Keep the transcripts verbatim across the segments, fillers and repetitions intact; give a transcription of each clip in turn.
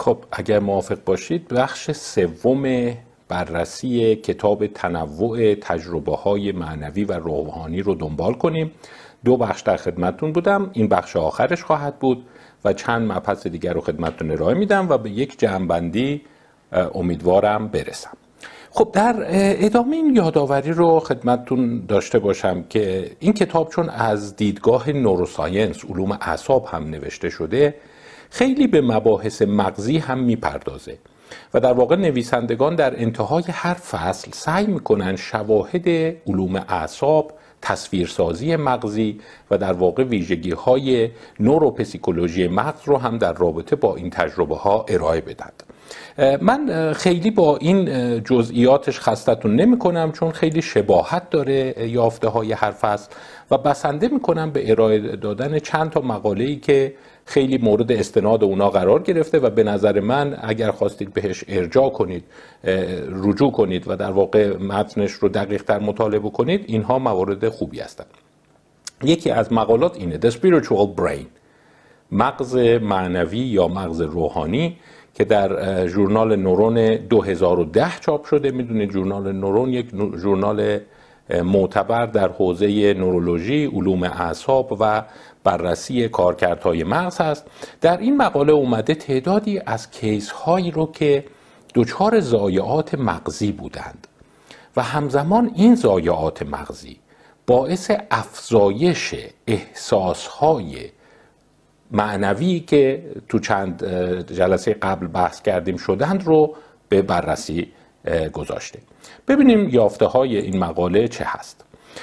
خب اگر موافق باشید بخش سوم بررسی کتاب تنوع تجربه های معنوی و روحانی رو دنبال کنیم. دو بخش در خدمتتون بودم، این بخش آخرش خواهد بود و چند مبحث دیگر رو خدمتتون ارائه میدم و به یک جمع‌بندی امیدوارم برسم. خب در ادامه این یادآوری رو خدمتتون داشته باشم که این کتاب چون از دیدگاه نوروساینس، علوم اعصاب هم نوشته شده، خیلی به مباحث مغزی هم میپردازه و در واقع نویسندگان در انتهای هر فصل سعی میکنن شواهد علوم اعصاب، تصویرسازی مغزی و در واقع ویژگی های نوروپسیکولوژی مغز رو هم در رابطه با این تجربه ها ارائه بدن. من خیلی با این جزئیاتش خستتون نمی کنم چون خیلی شباهت داره یافته های هر فصل و بسنده می کنم به ارائه دادن چند تا مقاله‌ای که خیلی مورد استناد اونا قرار گرفته و به نظر من اگر خواستید بهش ارجاع کنید، رجوع کنید و در واقع متنش رو دقیق تر مطالعه کنید، اینها موارد خوبی هستند. یکی از مقالات اینه The Spiritual Brain، مغز معنوی یا مغز روحانی، که در ژورنال نورون دو هزار و ده چاپ شده. میدونید ژورنال نورون یک ژورنال معتبر در حوزه نورولوژی، علوم اعصاب و بررسی کارکردهای مغز هست. در این مقاله اومده تعدادی از کیس هایی رو که دچار ضایعات مغزی بودند و همزمان این ضایعات مغزی باعث افزایش احساس های معنوی که تو چند جلسه قبل بحث کردیم شدند رو به بررسی گذاشته. ببینیم یافته های این مقاله چه هست.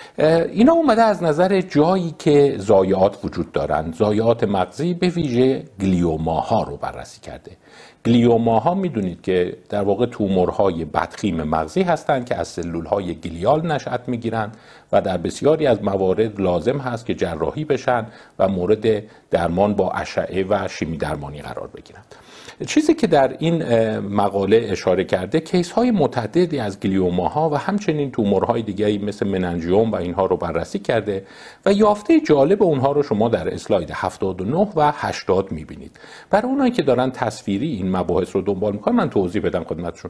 اینا اومده از نظر جایی که ضایعات وجود دارند، ضایعات مغزی، به ویژه گلیوماها رو بررسی کرده. گلیوماها میدونید که در واقع تومورهای بدخیم مغزی هستند که از سلولهای گلیال نشأت میگیرند و در بسیاری از موارد لازم هست که جراحی بشن و مورد درمان با اشعه و شیمی درمانی قرار بگیرند. چیزی که در این مقاله اشاره کرده کیس های متعددی از گلیوماها و همچنین تومورهای دیگری مثل مننژیوم و اینها رو بررسی کرده و یافته جالب اونها رو شما در اسلاید هفتاد و نه و هشتاد میبینید. برای اونایی که دارن تصویری این مباحث رو دنبال میکنن من توضیح بدم خدمتشون.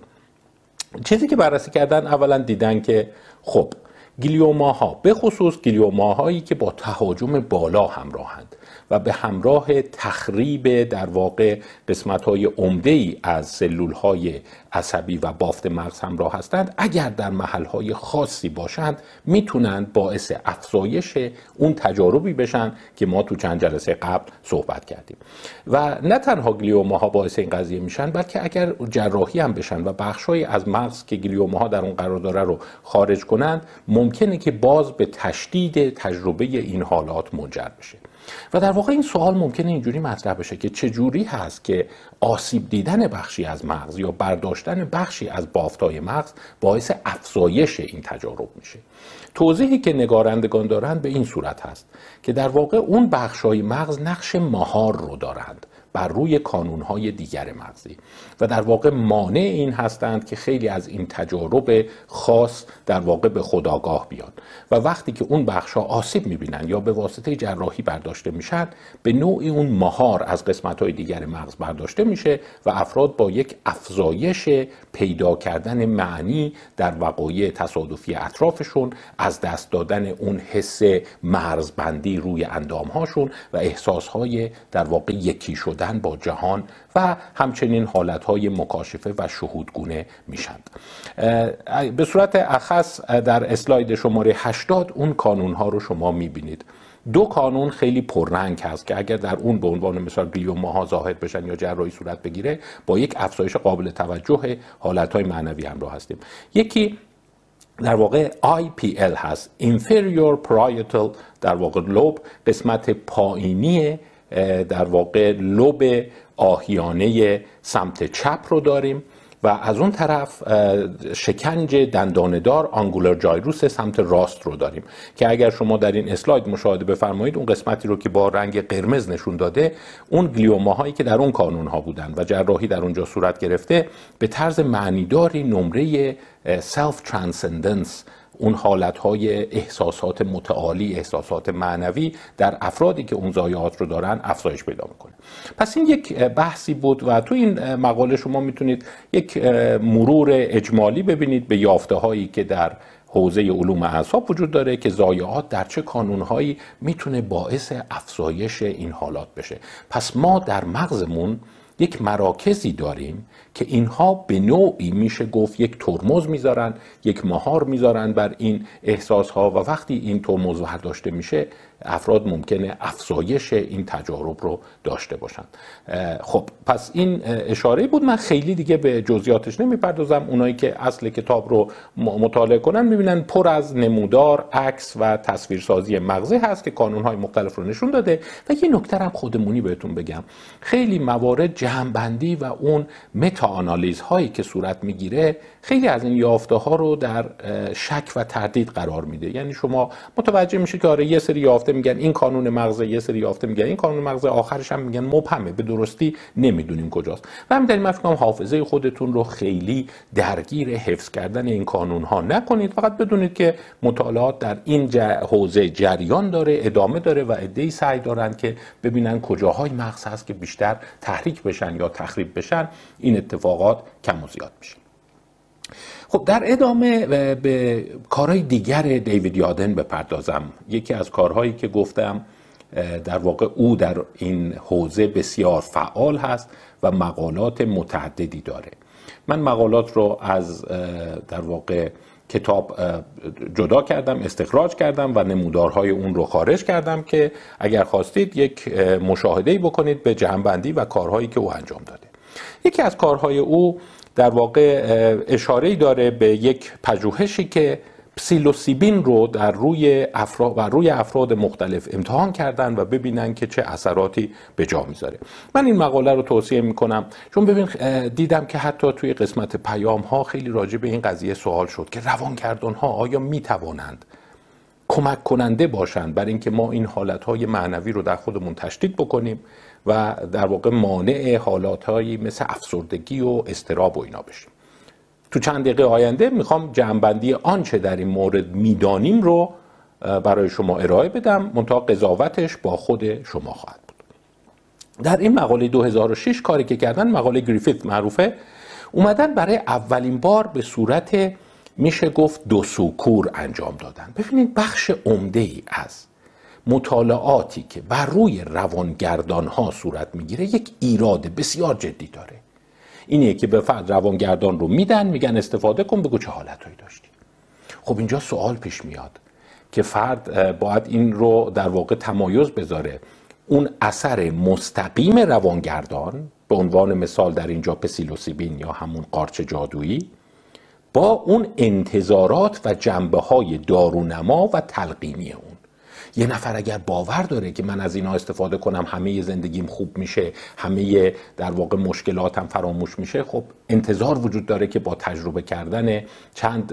چیزی که بررسی کردن، اولا دیدن که خب گلیوماها، به خصوص گلیوماهایی که با تهاجم بالا همراهند و به همراه تخریب در واقع قسمت‌های عمده‌ای از سلول‌های عصبی و بافت مغز همراه هستند، اگر در محل‌های خاصی باشند میتونند باعث افزایش اون تجاربی بشن که ما تو چند جلسه قبل صحبت کردیم. و نه تنها گلیوماها باعث این قضیه میشن، بلکه اگر جراحی هم بشن و بخش‌های از مغز که گلیوماها در اون قرار داره رو خارج کنند، ممکنه که باز به تشدید تجربه این حالات منجر بشه. و در واقع این سوال ممکنه اینجوری مطرح بشه که چجوری هست که آسیب دیدن بخشی از مغز یا برداشتن بخشی از بافتای مغز باعث افزایش این تجارب میشه. توضیحی که نگارندگان دارند به این صورت هست که در واقع اون بخشای مغز نقش مهار رو دارند بر روی کانونهای دیگر مغزی و در واقع مانع این هستند که خیلی از این تجارب خاص در واقع به خودآگاه بیان و وقتی که اون بخشا آسیب میبینن یا به واسطه جراحی برداشته میشن، به نوعی اون مهار از قسمت‌های دیگر مغز برداشته میشه و افراد با یک افزایش پیدا کردن معنی در وقایع تصادفی اطرافشون، از دست دادن اون حس مرزبندی روی اندامهاشون و احساسهای در واقع یکی شدن با جهان و همچنین حالتهای مکاشفه و شهودگونه میشند. به صورت اخص در اسلاید شماره هشتاد اون کانونها رو شما میبینید. دو کانون خیلی پررنگ هست که اگر در اون به عنوان مثال گلیوماها ظاهر بشن یا جراحی صورت بگیره، با یک افزایش قابل توجه حالتهای معنوی همراه هستیم. یکی در واقع آی پی ال هست، Inferior Parietal در واقع لوب، قسمت پایینی در واقع لوب آهیانه سمت چپ رو داریم و از اون طرف شکنج دنداندار آنگولار جایروس سمت راست رو داریم که اگر شما در این اسلاید مشاهده بفرمایید، اون قسمتی رو که با رنگ قرمز نشون داده اون گلیوماهایی که در اون کانون ها بودن و جراحی در اونجا صورت گرفته، به طرز معنیداری نمره سلف ترانسندنس اون حالتهای احساسات متعالی، احساسات معنوی در افرادی که اون ضایعات رو دارن افزایش پیدا میکنه. پس این یک بحثی بود و تو این مقاله شما میتونید یک مرور اجمالی ببینید به یافته هایی که در حوزه علوم اعصاب وجود داره که ضایعات در چه کانونهایی میتونه باعث افزایش این حالات بشه. پس ما در مغزمون یک مراکزی داریم که اینها به نوعی میشه گفت یک ترمز میذارن، یک مهار میذارن بر این احساس ها و وقتی این ترمز برداشته میشه افراد ممکنه افزایش این تجارب رو داشته باشن. خب پس این اشاره بود، من خیلی دیگه به جزئیاتش نمیپردازم. اونایی که اصل کتاب رو مطالعه کنن میبینن پر از نمودار، عکس و تصویرسازی مغزی هست که کانونهای مختلف رو نشون داده. و یه نکته هم خودمونی بهتون بگم، خیلی موارد جمع‌بندی و اون متا آنالیز هایی که صورت میگیره خیلی از این یافته ها رو در شک و تردید قرار میده. یعنی شما متوجه میشید که آره یه سری یافته میگن این کانون مغزه، یه سری یافته میگن این کانون مغزه، آخرش هم میگن مبهمه، به درستی نمیدونیم کجاست. و همین دلیل من فکر کنم حافظه خودتون رو خیلی درگیر حفظ کردن این کانون ها نکنید، فقط بدونید که مطالعات در این حوزه جریان داره، ادامه داره و عده‌ای سعی دارن که ببینن کجاهای مغز هست که بیشتر تحریک بشن یا تخریب بشن. این اتفاقات کم و زیاد میشه. خب در ادامه به کارهای دیگر دیوید یادن بپردازم. یکی از کارهایی که گفتم در واقع او در این حوزه بسیار فعال هست و مقالات متعددی داره. من مقالات رو از در واقع کتاب جدا کردم، استخراج کردم و نمودارهای اون رو خارج کردم که اگر خواستید یک مشاهده‌ای بکنید به جمع‌بندی و کارهایی که او انجام داده. یکی از کارهای او در واقع اشاره‌ای داره به یک پژوهشی که پسیلوسیبین رو در روی افراد و روی افراد مختلف امتحان کردن و ببینن که چه اثراتی به جا میذاره. من این مقاله رو توصیه میکنم چون ببین دیدم که حتی توی قسمت پیام ها خیلی راجع به این قضیه سوال شد که روانگردان ها آیا میتوانند کمک کننده باشند برای اینکه ما این حالتهای معنوی رو در خودمون تشدید بکنیم و در واقع مانع حالاتهایی مثل افسردگی و اضطراب و اینا بشیم. تو چند دقیقه آینده میخوام جمع‌بندی آنچه در این مورد میدانیم رو برای شما ارائه بدم، منتها قضاوتش با خود شما خواهد بود. در این مقاله دو هزار و شش کاری که کردن، مقاله گریفیت معروفه، اومدن برای اولین بار به صورت میشه گفت دو سوکور انجام دادن. ببینید بخش عمده‌ای از مطالعاتی که بر روی روانگردان ها صورت میگیره یک ایراد بسیار جدی داره. اینه که به فرد روانگردان رو میدن، میگن استفاده کن، بگو چه حالتهایی داشتی. خب اینجا سوال پیش میاد که فرد باید این رو در واقع تمایز بذاره اون اثر مستقیم روانگردان، به عنوان مثال در اینجا پسیلوسیبین یا همون قارچ جادویی، با اون انتظارات و جنبه های دارونما و تلقینی اون. یه نفر اگر باور داره که من از اینا استفاده کنم همه زندگیم خوب میشه، همه در واقع مشکلاتم فراموش میشه، خب انتظار وجود داره که با تجربه کردن چند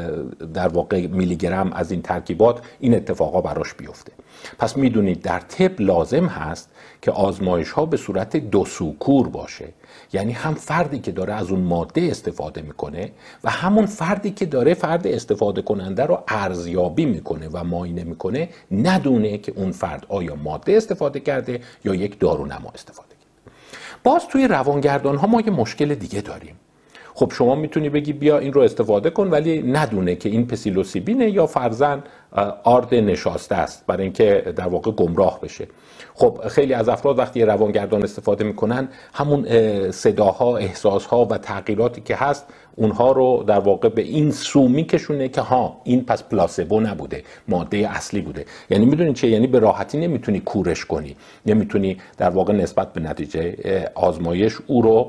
در واقع میلی گرم از این ترکیبات این اتفاقا براش بیفته. پس میدونید در طب لازم هست که آزمایش ها به صورت دو سوکور باشه، یعنی هم فردی که داره از اون ماده استفاده میکنه و همون فردی که داره فرد استفاده کننده رو ارزیابی میکنه و معاینه میکنه ندونه که اون فرد آیا ماده استفاده کرده یا یک دارونما استفاده کرده. باز توی روانگردان ها ما یه مشکل دیگه داریم. خب شما میتونی بگی بیا این رو استفاده کن، ولی ندونه که این پسیلوسیبینه یا فرزن آرد نشاسته است برای اینکه در واقع گمراه بشه. خب خیلی از افراد وقتی روانگردان استفاده میکنن همون صداها، احساسها و تغییراتی که هست اونها رو در واقع به این سو میکشونه که ها این پس پلاسبو نبوده، ماده اصلی بوده. یعنی میدونی چه؟ یعنی به راحتی نمیتونی کورش کنی، نمیتونی در واقع نسبت به نتیجه آزمایش او رو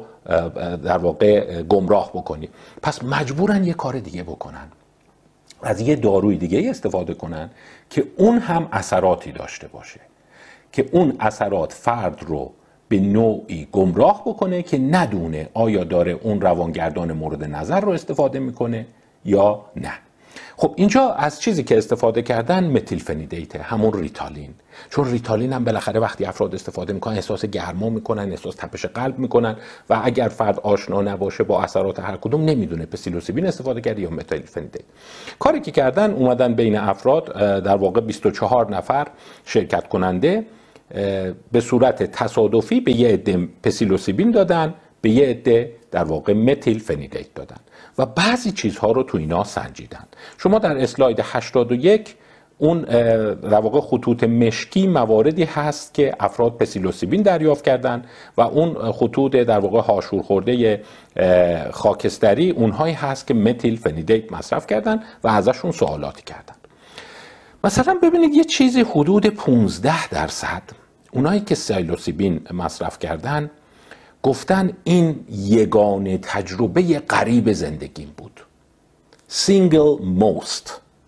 در واقع گمراه بکنی. پس مجبورن یه کار دیگه بکنن، از یه داروی دیگه استفاده کنن که اون هم اثراتی داشته باشه، که اون اثرات فرد رو به نوعی گمراه بکنه که ندونه آیا داره اون روانگردان مورد نظر رو استفاده میکنه یا نه. خب اینجا از چیزی که استفاده کردن متیل فنیدیت، همون ریتالین. چون ریتالین هم بالاخره وقتی افراد استفاده میکنن احساس گرما میکنن، احساس تپش قلب میکنن و اگر فرد آشنا نباشه با اثرات هر کدوم نمیدونه پسیلوسیبین استفاده کرده یا متیل فنیدیت. کاری که کردن اومدن بین افراد، در واقع بیست و چهار نفر شرکت کننده، به صورت تصادفی به یه عده پسیلوسیبین دادن، به یه عده در واقع متیل فنیدیت دادن و بعضی چیزها رو تو اینا سنجیدن. شما در اسلاید هشتاد و یک اون در واقع خطوط مشکی مواردی هست که افراد پسیلوسیبین دریافت کردن و اون خطوط در واقع هاشور خورده خاکستری اونهایی هست که متیل فنیدیت مصرف کردن و ازشون سوالاتی کردن. مثلا ببینید یه چیزی حدود پانزده درصد اونایی که پسیلوسیبین مصرف کردن گفتن این یگانه تجربه غریب زندگیم بود. single most،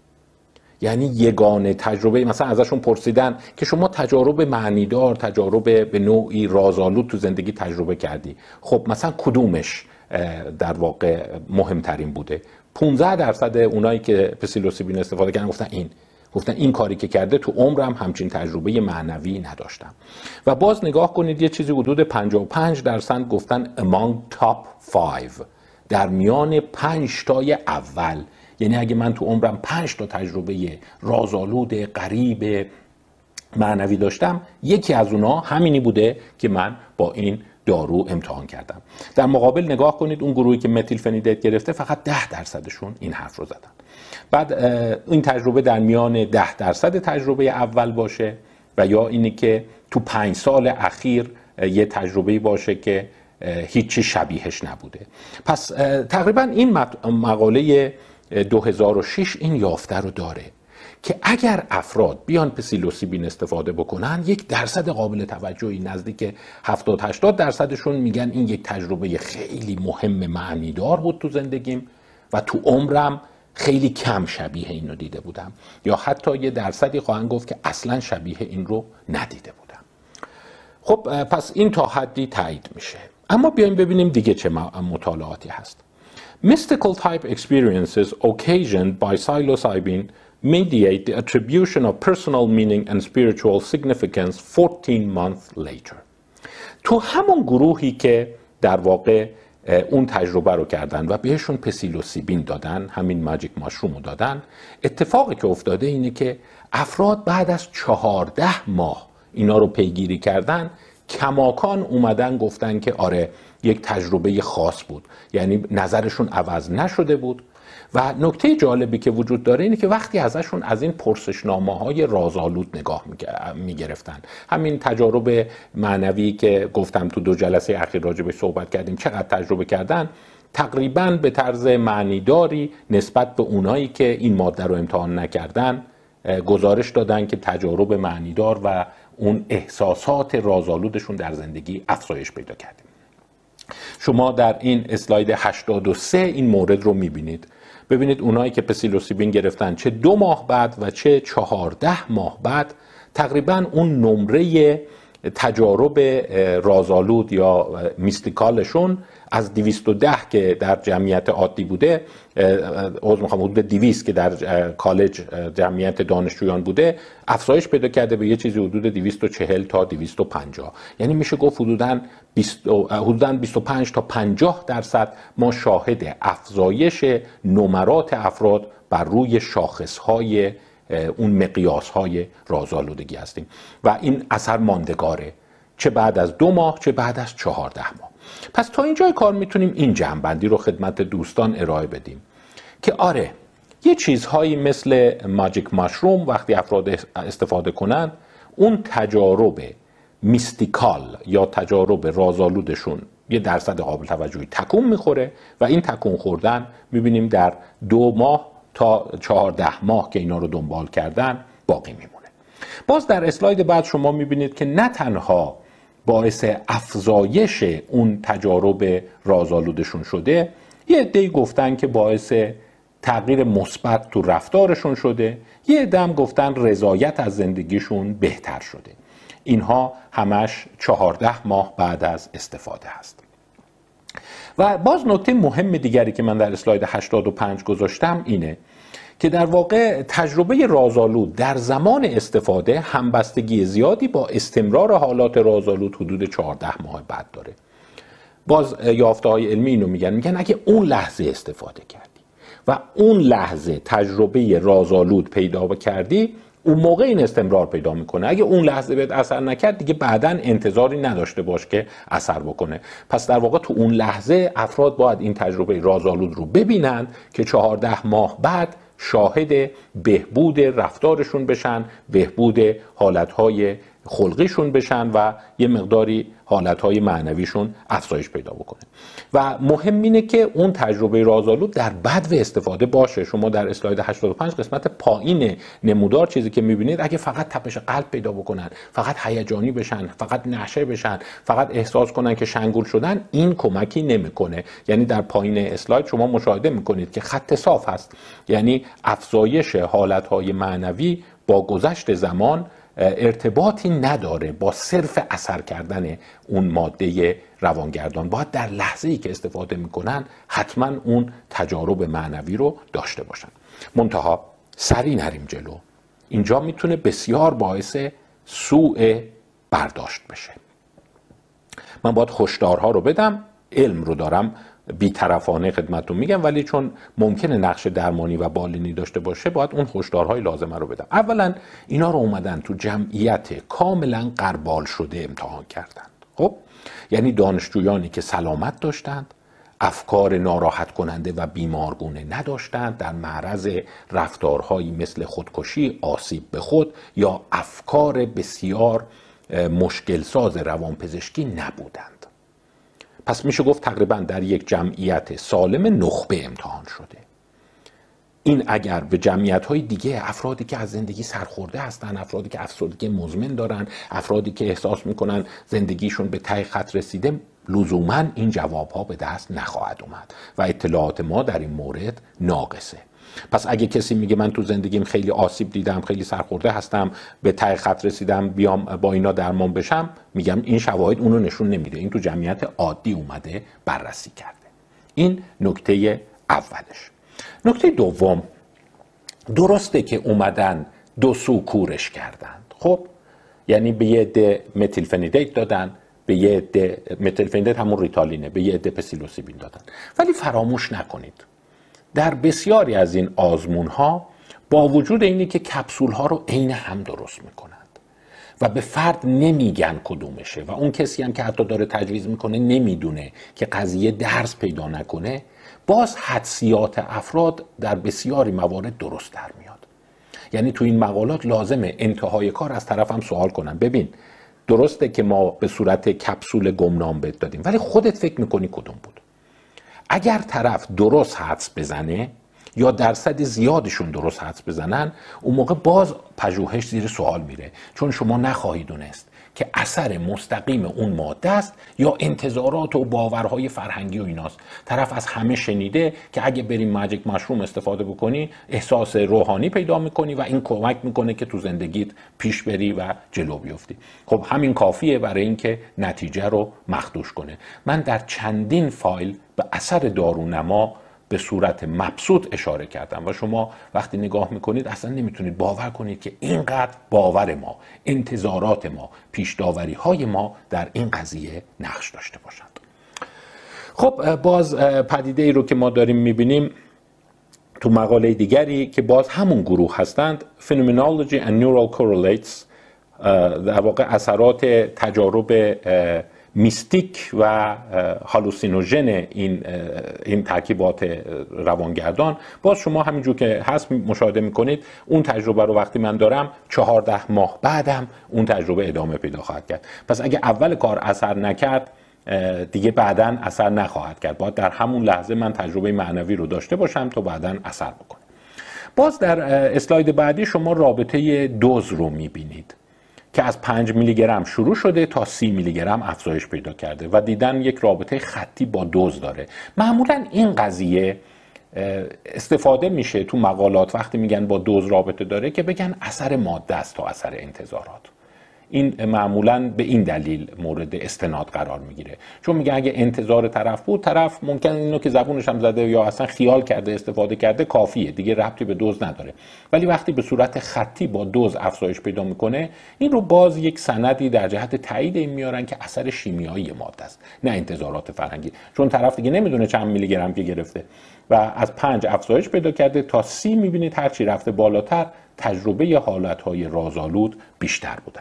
یعنی یگانه تجربه. مثلا ازشون پرسیدن که شما تجارب معنیدار، تجارب به نوعی رازآلود تو زندگی تجربه کردی، خب مثلا کدومش در واقع مهمترین بوده؟ پانزده درصد اونایی که پسیلوسیبین استفاده کردن گفتن این گفتن این کاری که کرده تو عمرم همچین تجربه معنوی نداشتم. و باز نگاه کنید یه چیزی حدود پنجاه و پنج درصد گفتن among top five، در میان پنج تای اول. یعنی اگه من تو عمرم پنج تا تجربه رازآلود غریب معنوی داشتم، یکی از اونها همینی بوده که من با این دارو امتحان کردم. در مقابل نگاه کنید اون گروهی که متیل فنیدیت گرفته فقط ده درصدشون این حرف رو زدن. بعد این تجربه در میان ده درصد تجربه اول باشه و یا اینی که تو پنج سال اخیر یه تجربه باشه که هیچی شبیهش نبوده. پس تقریبا این مقاله دو هزار و شش این یافته رو داره که اگر افراد بیان پسیلوسیبین استفاده بکنن، یک درصد قابل توجهی نزدیک هفتاد هشتاد درصدشون میگن این یک تجربه خیلی مهم معنیدار بود تو زندگیم و تو عمرم خیلی کم شبیه این رو دیده بودم، یا حتی یه درصدی خواهند گفت که اصلا شبیه این رو ندیده بودم. خب پس این تا حدی تایید میشه. اما بیایم ببینیم دیگه چه مطالعاتی هست. Mystical type experiences occasioned by psilocybin mediate the attribution of personal meaning and spiritual significance fourteen months later. تو همون گروهی که در واقع اون تجربه رو کردن و بهشون پسیلوسیبین دادن، همین ماجیک ماشروم رو دادن، اتفاقی که افتاده اینه که افراد بعد از چهارده ماه اینا رو پیگیری کردن، کماکان اومدن گفتن که آره یک تجربه خاص بود، یعنی نظرشون عوض نشده بود. و نکته جالبی که وجود داره اینه که وقتی ازشون از این پرسشنامه‌های رازآلود نگاه میگرفتن، همین تجارب معنوی که گفتم تو دو جلسه اخیر راجبش صحبت کردیم، چقدر تجربه کردن، تقریباً به طرز معنیداری نسبت به اونایی که این ماده رو امتحان نکردن گزارش دادن که تجارب معنیدار و اون احساسات رازآلودشون در زندگی افزایش پیدا کرده. شما در این اسلاید هشتاد و سه این مورد رو میبینید. ببینید اونایی که پسیلوسیبین گرفتن چه دو ماه بعد و چه چهارده ماه بعد تقریبا اون نمره تجارب رازآلود یا میستیکالشون از دویست و ده که در جمعیت عادی بوده، عذر میخوام حدود دویست که در کالج جمعیت دانشجویان بوده، افزایش پیدا کرده به یه چیزی حدود دویست و چهل تا دویست و پنجاه. یعنی میشه گفت حدوداً بیست و پنج تا پنجاه درصد ما شاهد افزایش نمرات افراد بر روی شاخصهای اون مقیاس‌های رازآلودگی هستیم و این اثر ماندگاره، چه بعد از دو ماه چه بعد از چهارده ماه. پس تا اینجای کار میتونیم این جمع‌بندی رو خدمت دوستان ارائه بدیم که آره یه چیزهایی مثل ماجیک ماشروم وقتی افراد استفاده کنن، اون تجارب میستیکال یا تجارب رازآلودشون یه درصد قابل توجهی تکون میخوره و این تکون خوردن میبینیم در دو ماه تا چهارده ماه که اینا رو دنبال کردن باقی میمونه. باز در اسلاید بعد شما میبینید که نه تنها باعث افزایش اون تجارب رازآلودشون شده، یه عده‌ای گفتن که باعث تغییر مثبت تو رفتارشون شده، یه عده هم گفتن رضایت از زندگیشون بهتر شده. اینها همش چهارده ماه بعد از استفاده هست. و باز نکته مهم دیگری که من در اسلاید هشتاد و پنج گذاشتم اینه که در واقع تجربه رازآلود در زمان استفاده همبستگی زیادی با استمرار حالات رازآلود حدود چهارده ماه بعد داره. باز یافته‌های علمی اینو میگن میگن اگه اون لحظه استفاده کردی و اون لحظه تجربه رازآلود پیدا کردی، اون موقع این استمرار پیدا میکنه. اگه اون لحظه بهت اثر نکرد دیگه بعداً انتظاری نداشته باش که اثر بکنه. پس در واقع تو اون لحظه افراد باید این تجربه رازآلود رو ببینن که چهارده ماه بعد شاهد بهبود رفتارشون بشن، بهبود حالتهای خلقیشون بشن و یه مقداری حالتهای معنویشون افزایش پیدا بکنه. و مهم اینه که اون تجربه رازآلود در بدو استفاده باشه. شما در اسلاید هشتاد و پنج قسمت پایین نمودار چیزی که میبینید، اگه فقط تپش قلب پیدا بکنن، فقط هیجانی بشن، فقط نشه بشن، فقط احساس کنن که شنگول شدن، این کمکی نمیکنه. یعنی در پایین اسلاید شما مشاهده میکنید که خط صاف هست، یعنی افزایش حالتهای معنوی با گذشت زمان ارتباطی نداره با صرف اثر کردن اون ماده روانگردان. باید در لحظه‌ای که استفاده میکنن حتما اون تجارب معنوی رو داشته باشن. منتها سری نریم جلو، اینجا میتونه بسیار باعث سوء برداشت بشه. من باید هشدارها رو بدم، علم رو دارم بی‌طرفانه خدمتتون میگم، ولی چون ممکنه نقش درمانی و بالینی داشته باشه باید اون هشدارهای لازمه رو بدم. اولا اینا رو اومدن تو جمعیت کاملا غربال شده امتحان کردند. خب یعنی دانشجویانی که سلامت داشتند، افکار ناراحت کننده و بیمارگونه نداشتند، در معرض رفتارهایی مثل خودکشی، آسیب به خود یا افکار بسیار مشکل ساز روانپزشکی نبودند. پس میشه گفت تقریبا در یک جمعیت سالم نخبه امتحان شده. این اگر به جمعیت‌های دیگه، افرادی که از زندگی سرخورده هستن، افرادی که افسردگی مزمن دارن، افرادی که احساس میکنن زندگیشون به ته خط رسیده، لزوما این جوابها به دست نخواهد اومد و اطلاعات ما در این مورد ناقصه. پس اگه کسی میگه من تو زندگیم خیلی آسیب دیدم، خیلی سرخورده هستم، به ته خط رسیدم، بیام با اینا درمان بشم، میگم این شواهد اونو نشون نمیده. این تو جمعیت عادی اومده بررسی کرده. این نکته اولش. نکته دوم، درسته که اومدن دو سو کورش کردند. خب یعنی به یه عده متیل فنیدیت دادن، به یه عده متیل فنیدیت همون ریتالینه، به یه عده پسیلوسیبین دادن. ولی فراموش نکنید در بسیاری از این آزمون ها با وجود اینی که کپسول ها رو عین هم درست میکنند و به فرد نمیگن کدومشه و اون کسی هم که حتی داره تجویز میکنه نمیدونه که قضیه درس پیدا نکنه، باز حدسیات افراد در بسیاری موارد درست در میاد. یعنی تو این مقالات لازمه انتهای کار از طرفم سوال کنن، ببین درسته که ما به صورت کپسول گمنام بهت دادیم ولی خودت فکر میکنی کدوم بود؟ اگر طرف درست حدس بزنه یا درصد زیادشون درست حدس بزنن، اون موقع باز پژوهش زیر سوال میره، چون شما نخواهید دونست که اثر مستقیم اون ماده است یا انتظارات و باورهای فرهنگی و ایناست. طرف از همه شنیده که اگه بریم ماجیک مشروم استفاده بکنی احساس روحانی پیدا میکنی و این کمک میکنه که تو زندگیت پیش بری و جلو بیفتی. خب همین کافیه برای اینکه نتیجه رو مخدوش کنه. من در چندین فایل به اثر دارونما به صورت مبسوط اشاره کردم و شما وقتی نگاه میکنید اصلا نمیتونید باور کنید که اینقدر باور ما، انتظارات ما، پیش‌داوری های ما در این قضیه نقش داشته باشند. خب باز پدیده ای رو که ما داریم میبینیم تو مقاله دیگری که باز همون گروه هستند، Phenomenology and Neural Correlates، در واقع اثرات تجارب میستیک و هالوسینوژن این این ترکیبات روانگردان. باز شما همینجور که هست مشاهده میکنید اون تجربه رو وقتی من دارم چهارده ماه بعدم اون تجربه ادامه پیدا خواهد کرد. پس اگه اول کار اثر نکرد دیگه بعداً اثر نخواهد کرد. باید در همون لحظه من تجربه معنوی رو داشته باشم تا بعداً اثر بکنه. باز در اسلاید بعدی شما رابطه دوز رو میبینید که از پنج میلی گرم شروع شده تا سی میلی گرم افزایش پیدا کرده و دیدن یک رابطه خطی با دوز داره. معمولا این قضیه استفاده میشه تو مقالات وقتی میگن با دوز رابطه داره که بگن اثر ماده است تا اثر انتظارات. این معمولا به این دلیل مورد استناد قرار میگیره، چون میگه اگه انتظار طرف بود، طرف ممکن اینو که زبونش هم زده یا اصلا خیال کرده استفاده کرده کافیه، دیگه ربطی به دوز نداره. ولی وقتی به صورت خطی با دوز افزایش پیدا میکنه، این رو باز یک سندی در جهت تایید این میارن که اثر شیمیایی ماده است، نه انتظارات فرهنگی، چون طرف دیگه نمیدونه چند میلی گرم که گرفته و از پنج افزایش پیدا کرده تا سی. میبینید هرچی رفته بالاتر تجربه حالتهای رازآلود بیشتر بودن.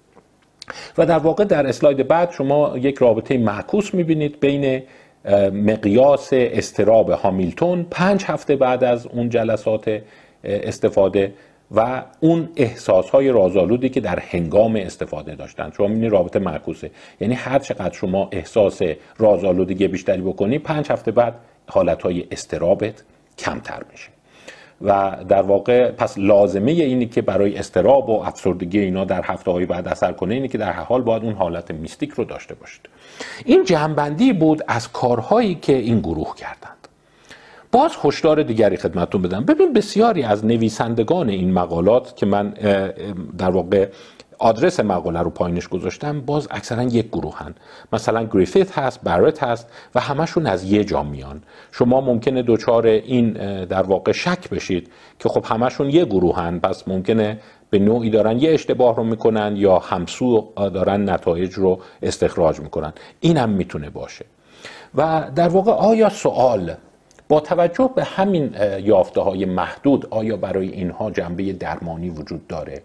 و در واقع در اسلاید بعد شما یک رابطه معکوس میبینید بین مقیاس اضطراب هامیلتون پنج هفته بعد از اون جلسات استفاده و اون احساسهای رازآلودی که در هنگام استفاده داشتن. شما میبینید رابطه معکوسه، یعنی هر چقدر شما احساس رازآلودگی بیشتری بکنی، پنج هفته بعد حالتهای اضطرابت کمتر میشه. و در واقع پس لازمه اینی که برای اضطراب و افسردگی اینا در هفته های بعد اثر کنه اینی که در هر حال باید اون حالت میستیک رو داشته باشید. این جمع‌بندی بود از کارهایی که این گروه کردند. باز هشدار دیگری خدمتتون بدم. ببین بسیاری از نویسندگان این مقالات که من در واقع آدرس مقاله رو پایینش گذاشتم، باز اکثرا یک گروهن. مثلا گریفیت هست، بارت هست و همشون از یه جا میان. شما ممکنه دوچار این در واقع شک بشید که خب همشون یه گروهن، پس ممکنه به نوعی دارن یه اشتباه رو میکنن یا همسو دارن نتایج رو استخراج میکنن. اینم میتونه باشه. و در واقع آیا سوال با توجه به همین یافته های محدود، آیا برای اینها جنبه درمانی وجود داره؟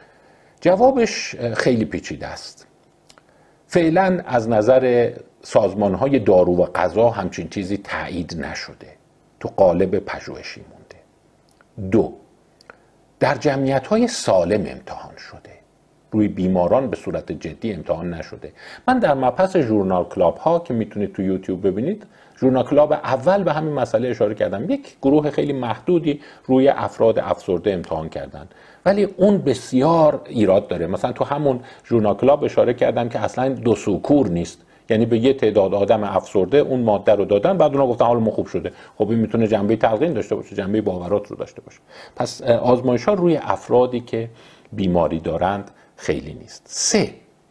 جوابش خیلی پیچیده است. فعلا از نظر سازمان‌های دارو و غذا همچین چیزی تایید نشده، تو قالب پژوهشی مونده. دو، در جمعیت‌های سالم امتحان شده، روی بیماران به صورت جدی امتحان نشده. من در مبحث ژورنال کلاب ها که میتونید تو یوتیوب ببینید، ژورنال کلاب اول به همین مسئله اشاره کردم. یک گروه خیلی محدودی روی افراد افسرده امتحان کردن، ولی اون بسیار ایراد داره. مثلا تو همون ژورنال کلاب اشاره کردم که اصلا دو سوکور نیست، یعنی به یه تعداد آدم افسرده اون ماده رو دادن، بعد اونا گفتن حال ما خوب شده. خب این میتونه جنبه تلقین داشته باشه، جنبه باورات رو داشته باشه. پس آزمایش‌ها روی افرادی که بیماری دارند خیلی نیست. سه،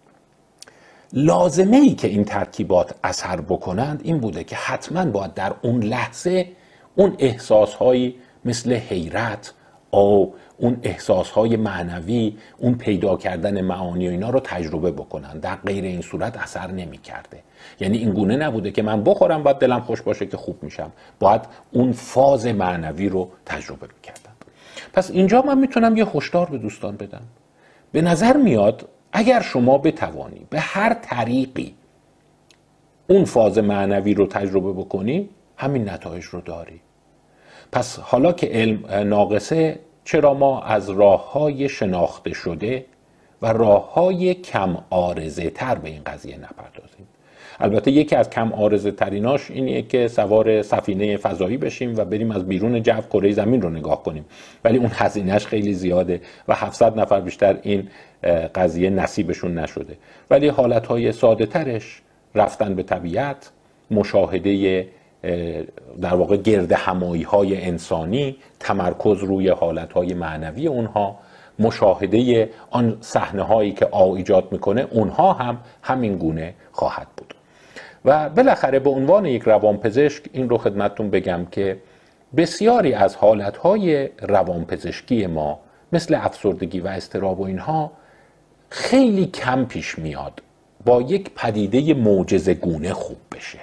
لازمه ای که این ترکیبات اثر بکنند این بوده که حتما باید در اون لحظه اون احساسهایی مثل حیرت او اون احساسهای معنوی، اون پیدا کردن معانی و اینا رو تجربه بکنن. در غیر این صورت اثر نمی کرده. یعنی این گونه نبوده که من بخورم باید دلم خوش باشه که خوب میشم، باید اون فاز معنوی رو تجربه میکردم. پس اینجا من میتونم یه هشدار به دوستان بدم. به نظر میاد اگر شما بتوانی به هر طریقی اون فاز معنوی رو تجربه بکنی، همین نتایج رو داری. پس حالا که علم ناقصه، چرا ما از راه‌های شناخته شده و راه‌های کم عارضه تر به این قضیه نپردازیم؟ البته یکی از کم عارضه تریناش اینه که سوار سفینه فضایی بشیم و بریم از بیرون جو کره زمین رو نگاه کنیم، ولی اون هزینه‌اش خیلی زیاده و هفتصد نفر بیشتر این قضیه نصیبشون نشده. ولی حالتهای ساده ترش، رفتن به طبیعت، مشاهده در واقع گرد همایی های انسانی، تمرکز روی حالت های معنوی اونها، مشاهده آن صحنه هایی که آ ایجاد میکنه، اونها هم همین گونه خواهد بود. و بالاخره به عنوان یک روانپزشک این رو خدمتتون بگم که بسیاری از حالت های روانپزشکی ما مثل افسردگی و اضطراب و اینها خیلی کم پیش میاد با یک پدیده معجزه‌گونه خوب بشه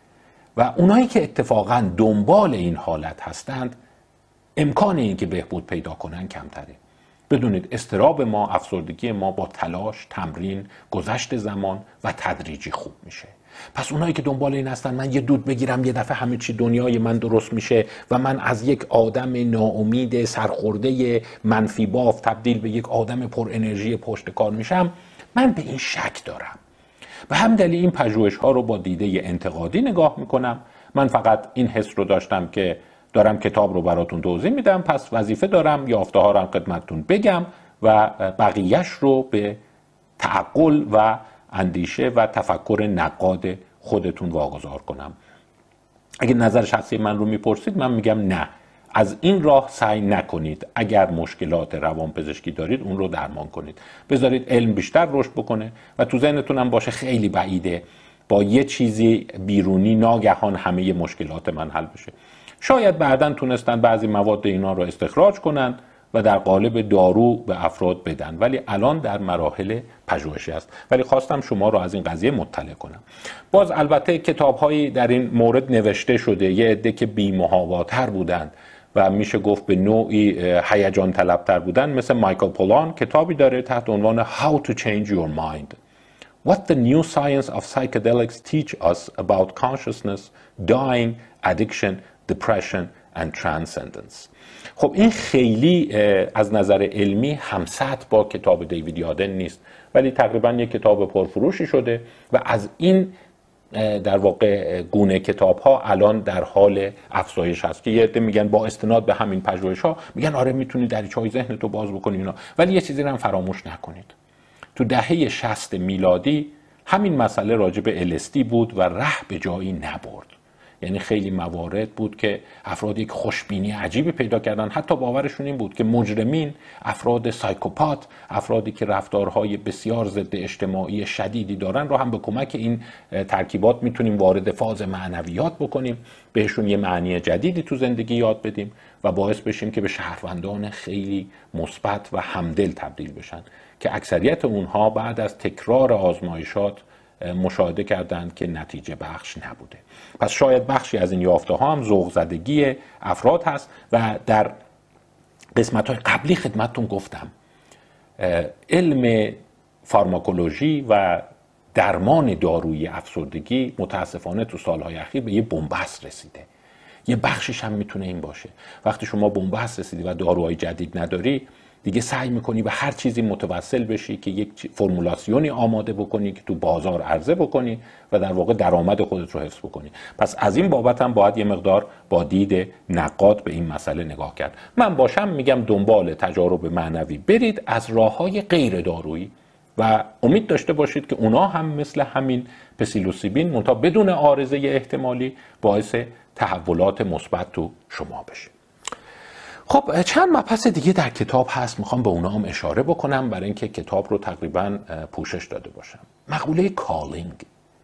و اونایی که اتفاقاً دنبال این حالت هستند امکان این که بهبود پیدا کنن کمتره. بدونید اضطراب ما، افسردگی ما با تلاش، تمرین، گذشت زمان و تدریجی خوب میشه. پس اونایی که دنبال این هستن من یه دود بگیرم یه دفعه همه چی دنیای من درست میشه و من از یک آدم ناامید سرخورده منفی باف تبدیل به یک آدم پر انرژی پشت کار میشم، من به این شک دارم. و هم دلیل این پژوهش ها رو با دیده انتقادی نگاه میکنم. من فقط این حس رو داشتم که دارم کتاب رو براتون توضیح میدم، پس وظیفه دارم یافته ها رو هم خدمتتون بگم و بقیهش رو به تعقل و اندیشه و تفکر نقاد خودتون واگذار کنم. اگه نظر شخصی من رو میپرسید من میگم نه، از این راه سعی نکنید اگر مشکلات روانپزشکی دارید اون رو درمان کنید. بذارید علم بیشتر رشد بکنه و تو ذهنتون هم باشه خیلی بعیده با یه چیزی بیرونی ناگهان همه مشکلات من حل بشه. شاید بعداً تونستن بعضی مواد اینا رو استخراج کنن و در قالب دارو به افراد بدن، ولی الان در مراحل پژوهشی است. ولی خواستم شما رو از این قضیه مطلع کنم. باز البته کتاب‌هایی در این مورد نوشته شده، یه عده که بی‌محاباتر بودند و میشه گفت به نوعی هیجان طلبتر بودن، مثل مایکل پولان کتابی داره تحت عنوان How to Change Your Mind. What the new science of psychedelics teach us about consciousness, dying, addiction, depression and transcendence. خب این خیلی از نظر علمی همسط با کتاب دیوید یادن نیست، ولی تقریبا یک کتاب پرفروشی شده و از این در واقع گونه کتاب ها الان در حال افزایش هست که یه عده میگن با استناد به همین پژوهش ها میگن آره میتونی دریچه‌های ذهنتو باز بکنی اینا. ولی یه چیزی رو هم فراموش نکنید، تو دهه شصت میلادی همین مسئله راجع به ال اس دی بود و ره به جایی نبرد. یعنی خیلی موارد بود که افراد یک خوشبینی عجیبی پیدا کردن، حتی باورشون این بود که مجرمین، افراد سایکوپات، افرادی که رفتارهای بسیار ضد اجتماعی شدیدی دارن رو هم به کمک این ترکیبات میتونیم وارد فاز معنویات بکنیم، بهشون یه معنی جدیدی تو زندگی یاد بدیم و باعث بشیم که به شهروندان خیلی مثبت و همدل تبدیل بشن که اکثریت اونها بعد از تکرار آزمایشات مشاهده کردند که نتیجه بخش نبوده. پس شاید بخشی از این یافته ها هم ذوق زدگی افراد هست و در قسمت های قبلی خدمتتون گفتم علم فارماکولوژی و درمان دارویی افسردگی متاسفانه تو سالهای اخیر به یه بنبست رسیده. یه بخشش هم میتونه این باشه وقتی شما بنبست رسیدی و داروهای جدید نداری، دیگه سعی میکنی به هر چیزی متوسل بشی که یک فرمولاسیونی آماده بکنی که تو بازار عرضه بکنی و در واقع درآمد خودت رو حفظ بکنی. پس از این بابت هم باید یه مقدار با دید نقاد به این مسئله نگاه کرد. من باشم میگم دنبال تجارب معنوی برید از راههای غیر دارویی و امید داشته باشید که اونا هم مثل همین پسیلوسیبین منتها بدون عارضه احتمالی باعث تحولات مثبت تو شما بشه. خب چند مبحث دیگه در کتاب هست، میخوام به اونا هم اشاره بکنم برای اینکه کتاب رو تقریبا پوشش داده باشم. مقوله کالینگ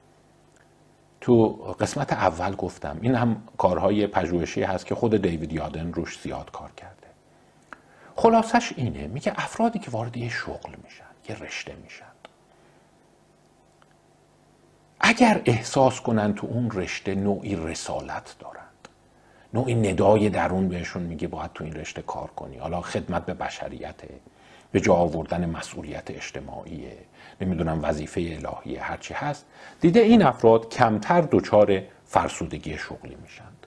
تو قسمت اول گفتم، این هم کارهای پژوهشی هست که خود دیوید یادن روش زیاد کار کرده. خلاصش اینه، میگه افرادی که وارد یه شغل میشن، یه رشته میشن، اگر احساس کنن تو اون رشته نوعی رسالت دارند، نوعی ندای درون بهشون میگه باید تو این رشته کار کنی، حالا خدمت به بشریته، به جا آوردن مسئولیت اجتماعیه، نمیدونم وظیفه الهیه، هرچی هست، دیده این افراد کمتر دچار فرسودگی شغلی میشند.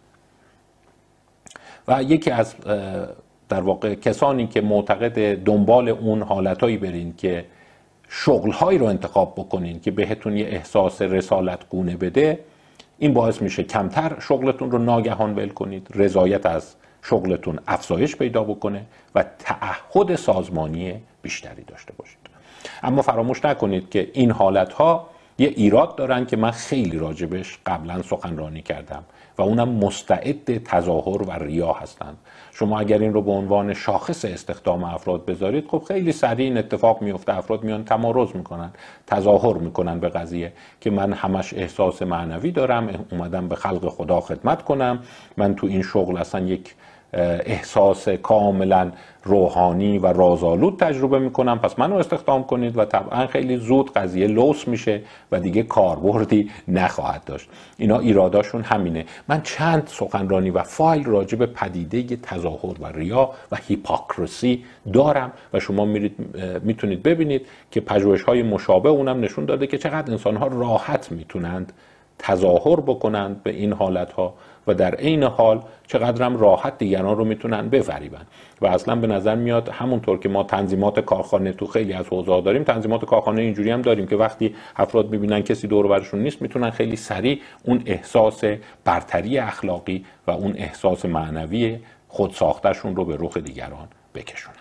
و یکی از در واقع کسانی که معتقد دنبال اون حالتایی برین که شغلهایی رو انتخاب بکنین که بهتون یه احساس رسالت گونه بده، این باعث میشه کمتر شغلتون رو ناگهان ول کنید، رضایت از شغلتون افزایش پیدا بکنه و تعهد سازمانی بیشتری داشته باشید. اما فراموش نکنید که این حالتها یه ایراد دارن که من خیلی راجبش قبلا سخنرانی کردم و اونم مستعد تظاهر و ریا هستند. شما اگر این رو به عنوان شاخص استخدام افراد بذارید، خب خیلی سریع این اتفاق میفته، افراد میان تمارض میکنن، تظاهر میکنن به قضیه که من همش احساس معنوی دارم، اومدم به خلق خدا خدمت کنم، من تو این شغل اصلا یک احساس کاملا روحانی و رازآلود تجربه میکنم، پس منو استخدام کنید و طبعا خیلی زود قضیه لوس میشه و دیگه کاربردی نخواهد داشت. اینا ایراداشون همینه. من چند سخنرانی و فایل راجع به پدیده تظاهر و ریا و هیپوکراسی دارم و شما میرید میتونید ببینید که پژوهش‌های مشابه اونم نشون داده که چقدر انسان‌ها راحت میتونند تظاهر بکنند به این حالتها و در عین حال چقدرم راحت دیگران رو میتونن بفریبن. و اصلا به نظر میاد همونطور که ما تنظیمات کارخانه تو خیلی از حوزه‌ها داریم، تنظیمات کارخانه اینجوری هم داریم که وقتی افراد میبینن کسی دور و برشون نیست، میتونن خیلی سریع اون احساس برتری اخلاقی و اون احساس معنوی خودساختشون رو به رخ دیگران بکشونن.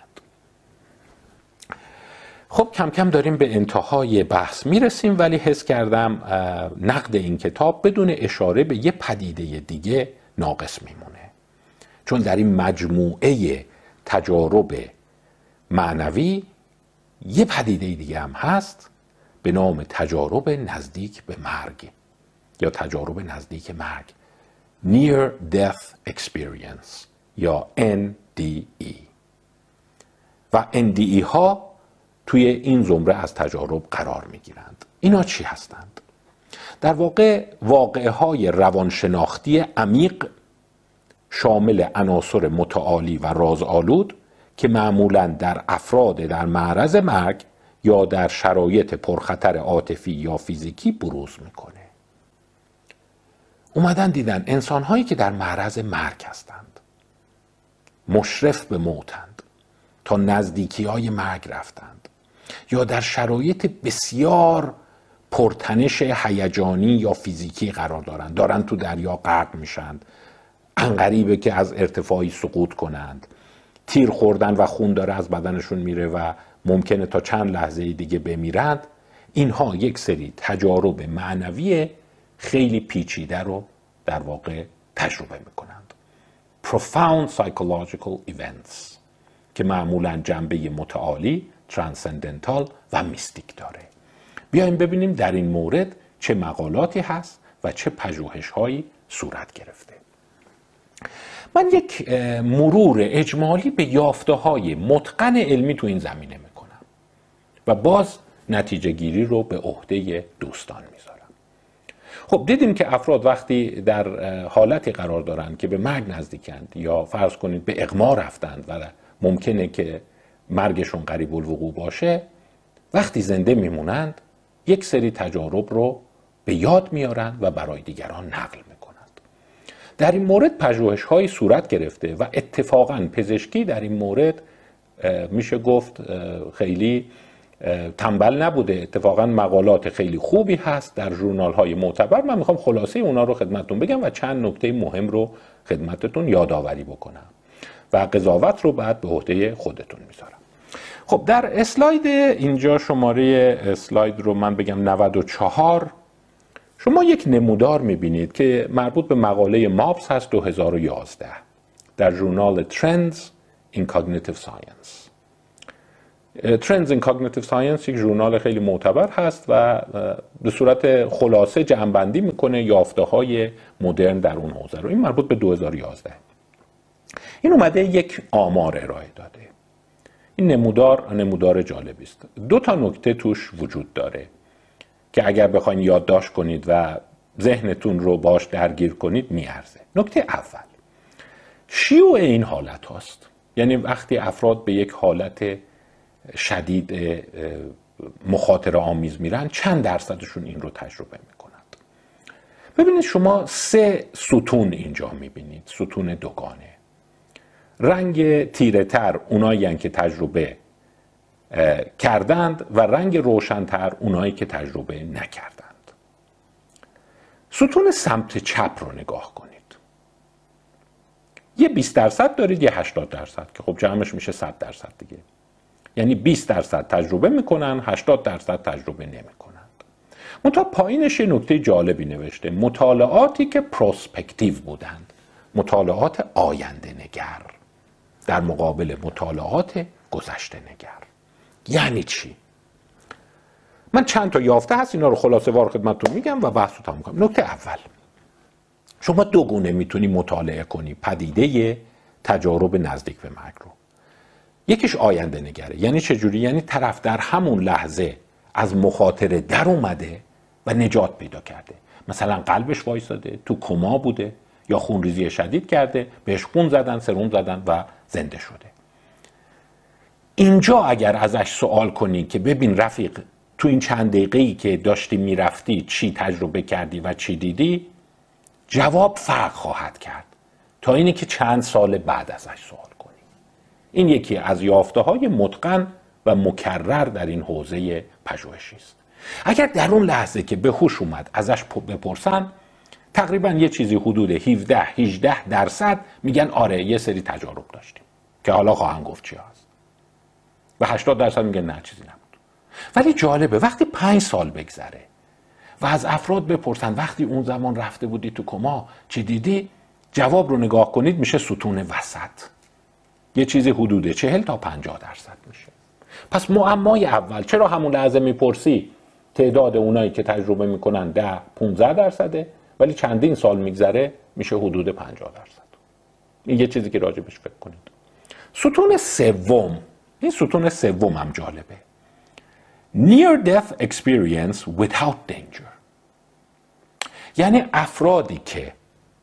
خب کم کم داریم به انتهای بحث میرسیم، ولی حس کردم نقد این کتاب بدون اشاره به یه پدیده دیگه ناقص میمونه. چون در این مجموعه تجارب معنوی یه پدیده دیگه هم هست به نام تجارب نزدیک به مرگ یا تجارب نزدیک مرگ، Near Death Experience یا ان دی ای. و ان دی ای ها توی این زمره از تجارب قرار می گیرند. اینا چی هستند؟ در واقع واقعه های روانشناختی عمیق شامل عناصر متعالی و رازآلود که معمولاً در افراد در معرض مرگ یا در شرایط پرخطر عاطفی یا فیزیکی بروز میکنه. اومدن دیدن انسان هایی که در معرض مرگ هستند، مشرف به موتند، تا نزدیکی های مرگ رفتند یا در شرایط بسیار پرتنش هیجانی یا فیزیکی قرار دارند، دارن تو دریا غرق میشند، عنقریبه که از ارتفاعی سقوط کنند، تیر خوردن و خون داره از بدنشون میره و ممکنه تا چند لحظه دیگه بمیرند. اینها یک سری تجارب معنوی خیلی پیچیده رو در واقع تجربه میکنند. Profound psychological events که معمولاً جنبه متعالی، ترانسندنتال و میستیک داره. بیایم ببینیم در این مورد چه مقالاتی هست و چه پژوهش‌هایی صورت گرفته. من یک مرور اجمالی به یافته‌های متقن علمی تو این زمینه میکنم و باز نتیجه گیری رو به عهده دوستان میذارم. خب دیدیم که افراد وقتی در حالتی قرار دارند که به مرگ نزدیکند یا فرض کنید به اغما رفتند و ممکنه که مرگشون قریب الوقوع باشه، وقتی زنده میمونند یک سری تجارب رو به یاد میارند و برای دیگران نقل میکنند. در این مورد پژوهش‌هایی صورت گرفته و اتفاقاً پزشکی در این مورد میشه گفت خیلی تنبل نبوده. اتفاقاً مقالات خیلی خوبی هست در ژورنال‌های معتبر. من میخوام خلاصه اونا رو خدمتتون بگم و چند نکته مهم رو خدمتتون یادآوری بکنم و قضاوت رو بعد به عهده خودتون میذارم. خب در اسلاید اینجا، شماره اسلاید رو من بگم نود و چهار، شما یک نمودار میبینید که مربوط به مقاله مابس هست دو هزار و یازده در ژورنال Trends in Cognitive Science. Trends in Cognitive Science یک ژورنال خیلی معتبر هست و به صورت خلاصه جمع‌بندی میکنه یافته‌های مدرن در اون حوزه رو. این مربوط به دو هزار و یازده. این اومده یک آمار ارائه داده. این نمودار نمودار جالبی است. دو تا نکته توش وجود داره که اگر بخواید یادداشت کنید و ذهنتون رو باش درگیر کنید میارزه. نکته اول، شیوع این حالت هاست. یعنی وقتی افراد به یک حالت شدید مخاطره آمیز میرن، چند درصدشون این رو تجربه میکنند. ببینید شما سه ستون اینجا میبینید، ستون دوگانه. رنگ تیره تر اونایی هستند که تجربه کردند و رنگ روشن‌تر اونایی که تجربه نکردند. ستون سمت چپ رو نگاه کنید. یه بیست درصد دارید، یه هشتاد درصد که خب جمعش میشه صد درصد دیگه. یعنی بیست درصد تجربه میکنن، هشتاد درصد تجربه نمیکنند. منتها پایینش یه نکته جالبی نوشته: مطالعاتی که پروسپکتیو بودند، مطالعات آینده نگر در مقابل مطالعات گذشته نگر. یعنی چی؟ من چند تا یافته هست، اینا رو خلاصه وار خدمتتون میگم و بحث رو تموم کنم. نکته اول، شما دو گونه میتونی مطالعه کنی پدیده تجارب نزدیک به مرگ رو. یکیش آینده نگره. یعنی چجوری؟ یعنی طرف در همون لحظه از مخاطره در اومده و نجات پیدا کرده. مثلا قلبش وایساده، تو کما بوده یا خونریزی شدید کرده، بهش خون زدن، سرم زدن و زنده شده. اینجا اگر ازش سوال کنی که ببین رفیق، تو این چند دقیقه‌ای که داشتی میرفتی چی تجربه کردی و چی دیدی، جواب فرق خواهد کرد تا اینی که چند سال بعد ازش سوال کنی. این یکی از یافته‌های متقن و مکرر در این حوزه پژوهشی است. اگر در اون لحظه که به هوش اومد ازش بپرسن، تقریبا یه چیزی حدود هفده هجده درصد میگن آره یه سری تجارب داشتیم که حالا خواهم گفت چی هست، و هشتاد درصد میگن نه چیزی نبود. ولی جالبه وقتی پنج سال بگذره و از افراد بپرسن وقتی اون زمان رفته بودی تو کما چی دیدی، جواب رو نگاه کنید میشه ستون وسط، یه چیزی حدود چهل تا پنجاه درصد میشه. پس معمای اول چرا همون لحظه میپرسی تعداد اونایی که تجربه میکنن ده پانزده درصده ولی چندین سال میگذره میشه حدود پنجاه درصد. این یه چیزی که راجبش فکر کنید. ستون سوم، این ستون سوم هم جالبه. near death experience without danger. یعنی افرادی که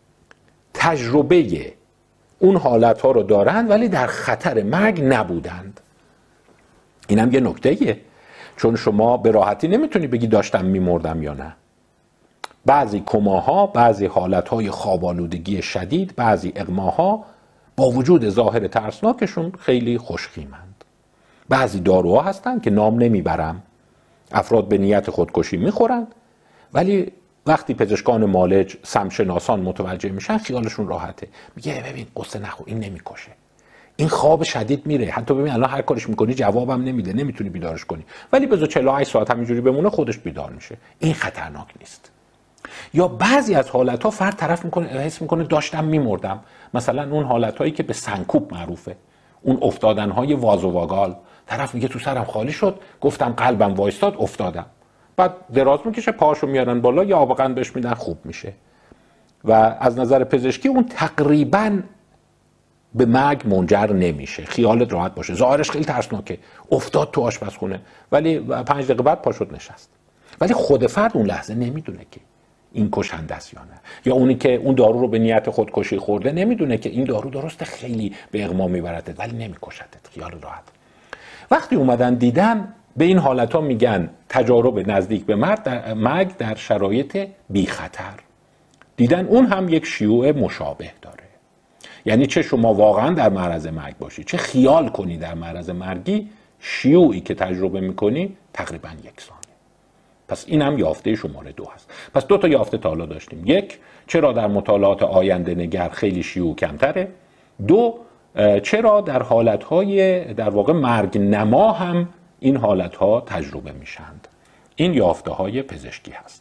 تجربه اون حالتها رو دارن ولی در خطر مرگ نبودند. این هم یه نکته‌ایه، چون شما به راحتی نمیتونی بگی داشتم میمردم یا نه. بعضی کماها، بعضی حالتهای خواب‌آلودگی شدید، بعضی اغماها با وجود ظاهر ترسناکشون خیلی خوشخیمند. بعضی داروها هستن که نام نمیبرم، افراد به نیت خودکشی میخورن ولی وقتی پزشکان مالج، سمشناسان متوجه میشن خیالشون راحته، میگه ببین قصه نخور، این نمیکشه، این خواب شدید میره، حتی ببین الان هر کارش میکنی جوابم نمیده، نمیتونی بیدارش کنی، ولی بذار چهل و هشت ساعت همینجوری بمونه خودش بیدار میشه، این خطرناک نیست. یا بعضی از حالتها فرد طرف میکنه حس میکنه داشتم میمردم، مثلا اون حالتهایی که به سنکوب معروفه، اون افتادنهای وازوواگال، طرف میگه تو سرم خالی شد، گفتم قلبم وایستاد افتادم، بعد دراز میکشه پاهاشو میارن بالا یا آب قند بهش میدن خوب میشه. و از نظر پزشکی اون تقریباً به مرگ منجر نمیشه، خیالت راحت باشه. ظاهرش خیلی ترسناکه، افتاد تو آشپزخونه ولی پنج دقیقه بعد پا شد نشست، ولی خود فرد اون لحظه نمیدونه که این کشنده است یا نه. یا اونی که اون دارو رو به نیت خودکشی خورده نمیدونه که این دارو درسته خیلی به اغما میبرتت ولی نمیکشتت، خیال راحت. وقتی اومدن دیدن به این حالتها میگن تجارب نزدیک به مرگ در, مرگ در شرایط بی خطر. دیدن اون هم یک شیوع مشابه داره، یعنی چه شما واقعا در معرض مرگ باشی چه خیال کنی در معرض مرگی، شیوعی که تجربه میکنی تقریبا یکسانه. پس این هم یافته شماره دو هست. پس دو تا یافته تا حالا داشتیم. یک، چرا در مطالعات آینده نگر خیلی شیوع کمتره. دو، چرا در حالتهای در واقع مرگ نما هم این حالتها تجربه میشند. این یافته های پزشکی هست.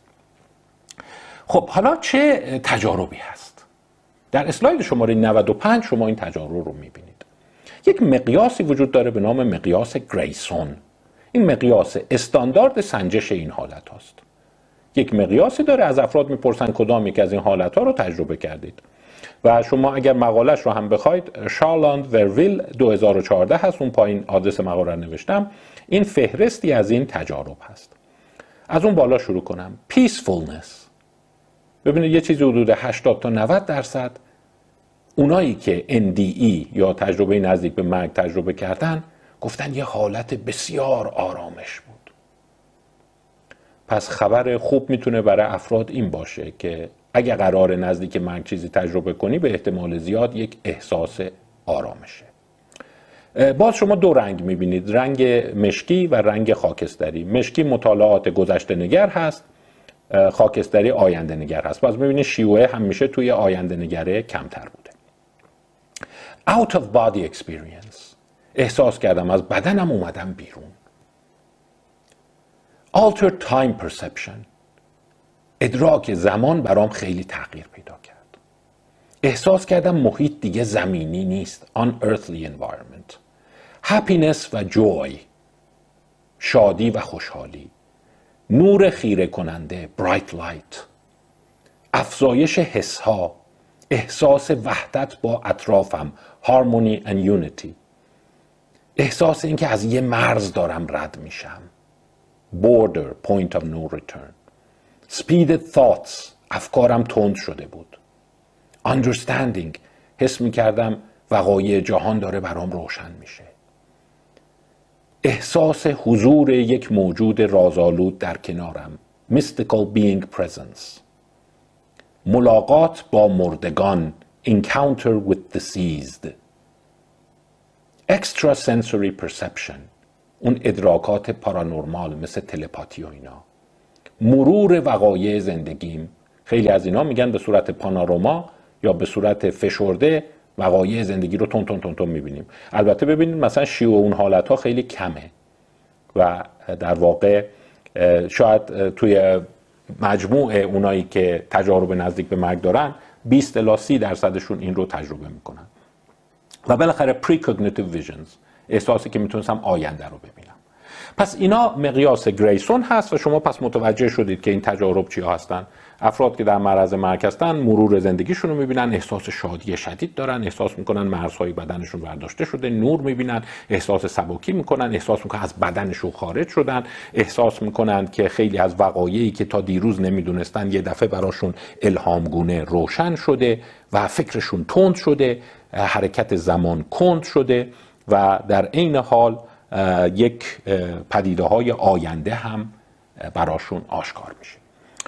خب حالا چه تجاربی هست؟ در اسلاید شماره نود و پنج شما این تجارب رو میبینید. یک مقیاسی وجود داره به نام مقیاس گریسون. این مقیاس استاندارد سنجش این حالت هاست. یک مقیاسی داره، از افراد میپرسن کدام یک از این حالت ها رو تجربه کردید و شما اگر مقالش رو هم بخواید شارلاند ورویل دو هزار و چهارده هست، اون پایین آدرس مقاله رو نوشتم. این فهرستی از این تجارب هست. از اون بالا شروع کنم. پیسفولنس. ببینید یه چیزی حدود هشتاد تا نود درصد اونایی که ان دی ای یا تجربه نزدیک به مرگ تجربه کردن گفتن یه حالت بسیار آرامش بود. پس خبر خوب میتونه برای افراد این باشه که اگه قرار نزدیک مرگ چیزی تجربه کنی به احتمال زیاد یک احساس آرامشه. باز شما دو رنگ میبینید، رنگ مشکی و رنگ خاکستری. مشکی مطالعات گذشته نگر هست، خاکستری آینده نگر هست. باز میبینید شیوعه همیشه توی آینده نگره کمتر بوده. out of body experience. احساس کردم از بدنم اومدم بیرون. altered time perception. ادراک زمان برام خیلی تغییر پیدا کرد. احساس کردم محیط دیگه زمینی نیست. unearthly environment. happiness و joy. شادی و خوشحالی. نور خیره کننده. bright light. افزایش حسها. احساس وحدت با اطرافم. harmony and unity. احساس این که از یه مرز دارم رد میشم. border, point of no return. speeded thoughts. افکارم تند شده بود. understanding. حس میکردم وقایع جهان داره برام روشن میشه. احساس حضور یک موجود رازآلود در کنارم. mystical being presence. ملاقات با مردگان. encounter with deceased. extrasensory perception. اون ادراکات پارانورمال مثل تلپاتی و اینا. مرور وقایع زندگیم. خیلی از اینا میگن به صورت پانوراما یا به صورت فشرده وقایع زندگی رو تون تون تون تون میبینیم. البته ببینید مثلا شیوع اون حالت ها خیلی کمه و در واقع شاید توی مجموع اونایی که تجارب نزدیک به مرگ دارن بیست الی سی درصدشون این رو تجربه میکنن. و بالاخره precognitive visions، احساسی که میتونستم آینده رو ببینم. پس اینا مقیاس گریسون هست و شما پس متوجه شدید که این تجارب چی هستن. افراد که در معرض مرگ هستن مرور زندگیشون رو میبینن، احساس شادی شدید دارن، احساس میکنن مرزهای بدنشون برداشته شده، نور میبینن، احساس سبکی میکنن، احساس میکنن از بدنشون خارج شدن، احساس میکنن که خیلی از وقایعی که تا دیروز نمیدونستن یه دفعه براشون الهامگونه روشن شده و فکرشون تند شده، حرکت زمان کند شده و در عین حال یک پدیده های آینده هم براشون آشکار میشه.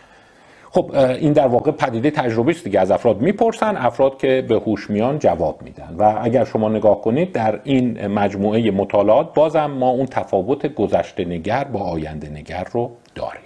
خب این در واقع پدیده تجربی است دیگه. از افراد میپرسن، افراد که به هوش میان جواب میدن و اگر شما نگاه کنید در این مجموعه مطالعات بازم ما اون تفاوت گذشته نگر با آینده نگر رو داریم.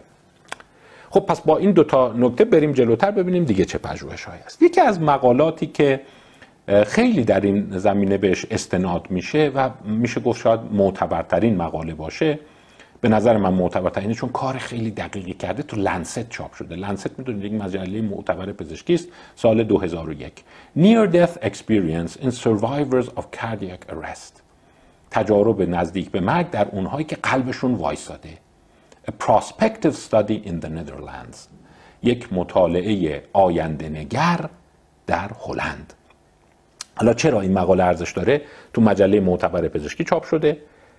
خب پس با این دوتا نکته بریم جلوتر ببینیم دیگه چه پژوهش‌هایی هست. یکی از مقالاتی که خیلی در این زمینه بهش استناد میشه و میشه گفت شاید معتبرترین مقاله باشه، به نظر من معتبرترینه چون کار خیلی دقیقی کرده، تو لنست چاپ شده. لنست میدونید یک مجله معتبر پزشکی است، سال دو هزار و یک. Near Death Experience in Survivors of Cardiac Arrest، تجارب نزدیک به مرگ در اونهایی که قلبشون وایساده. A Prospective Study in the Netherlands، یک مطالعه آینده نگر در هلند. حالا چرا این مقاله ارزش داره؟ تو مجله معتبر پزشکی چاپ شده،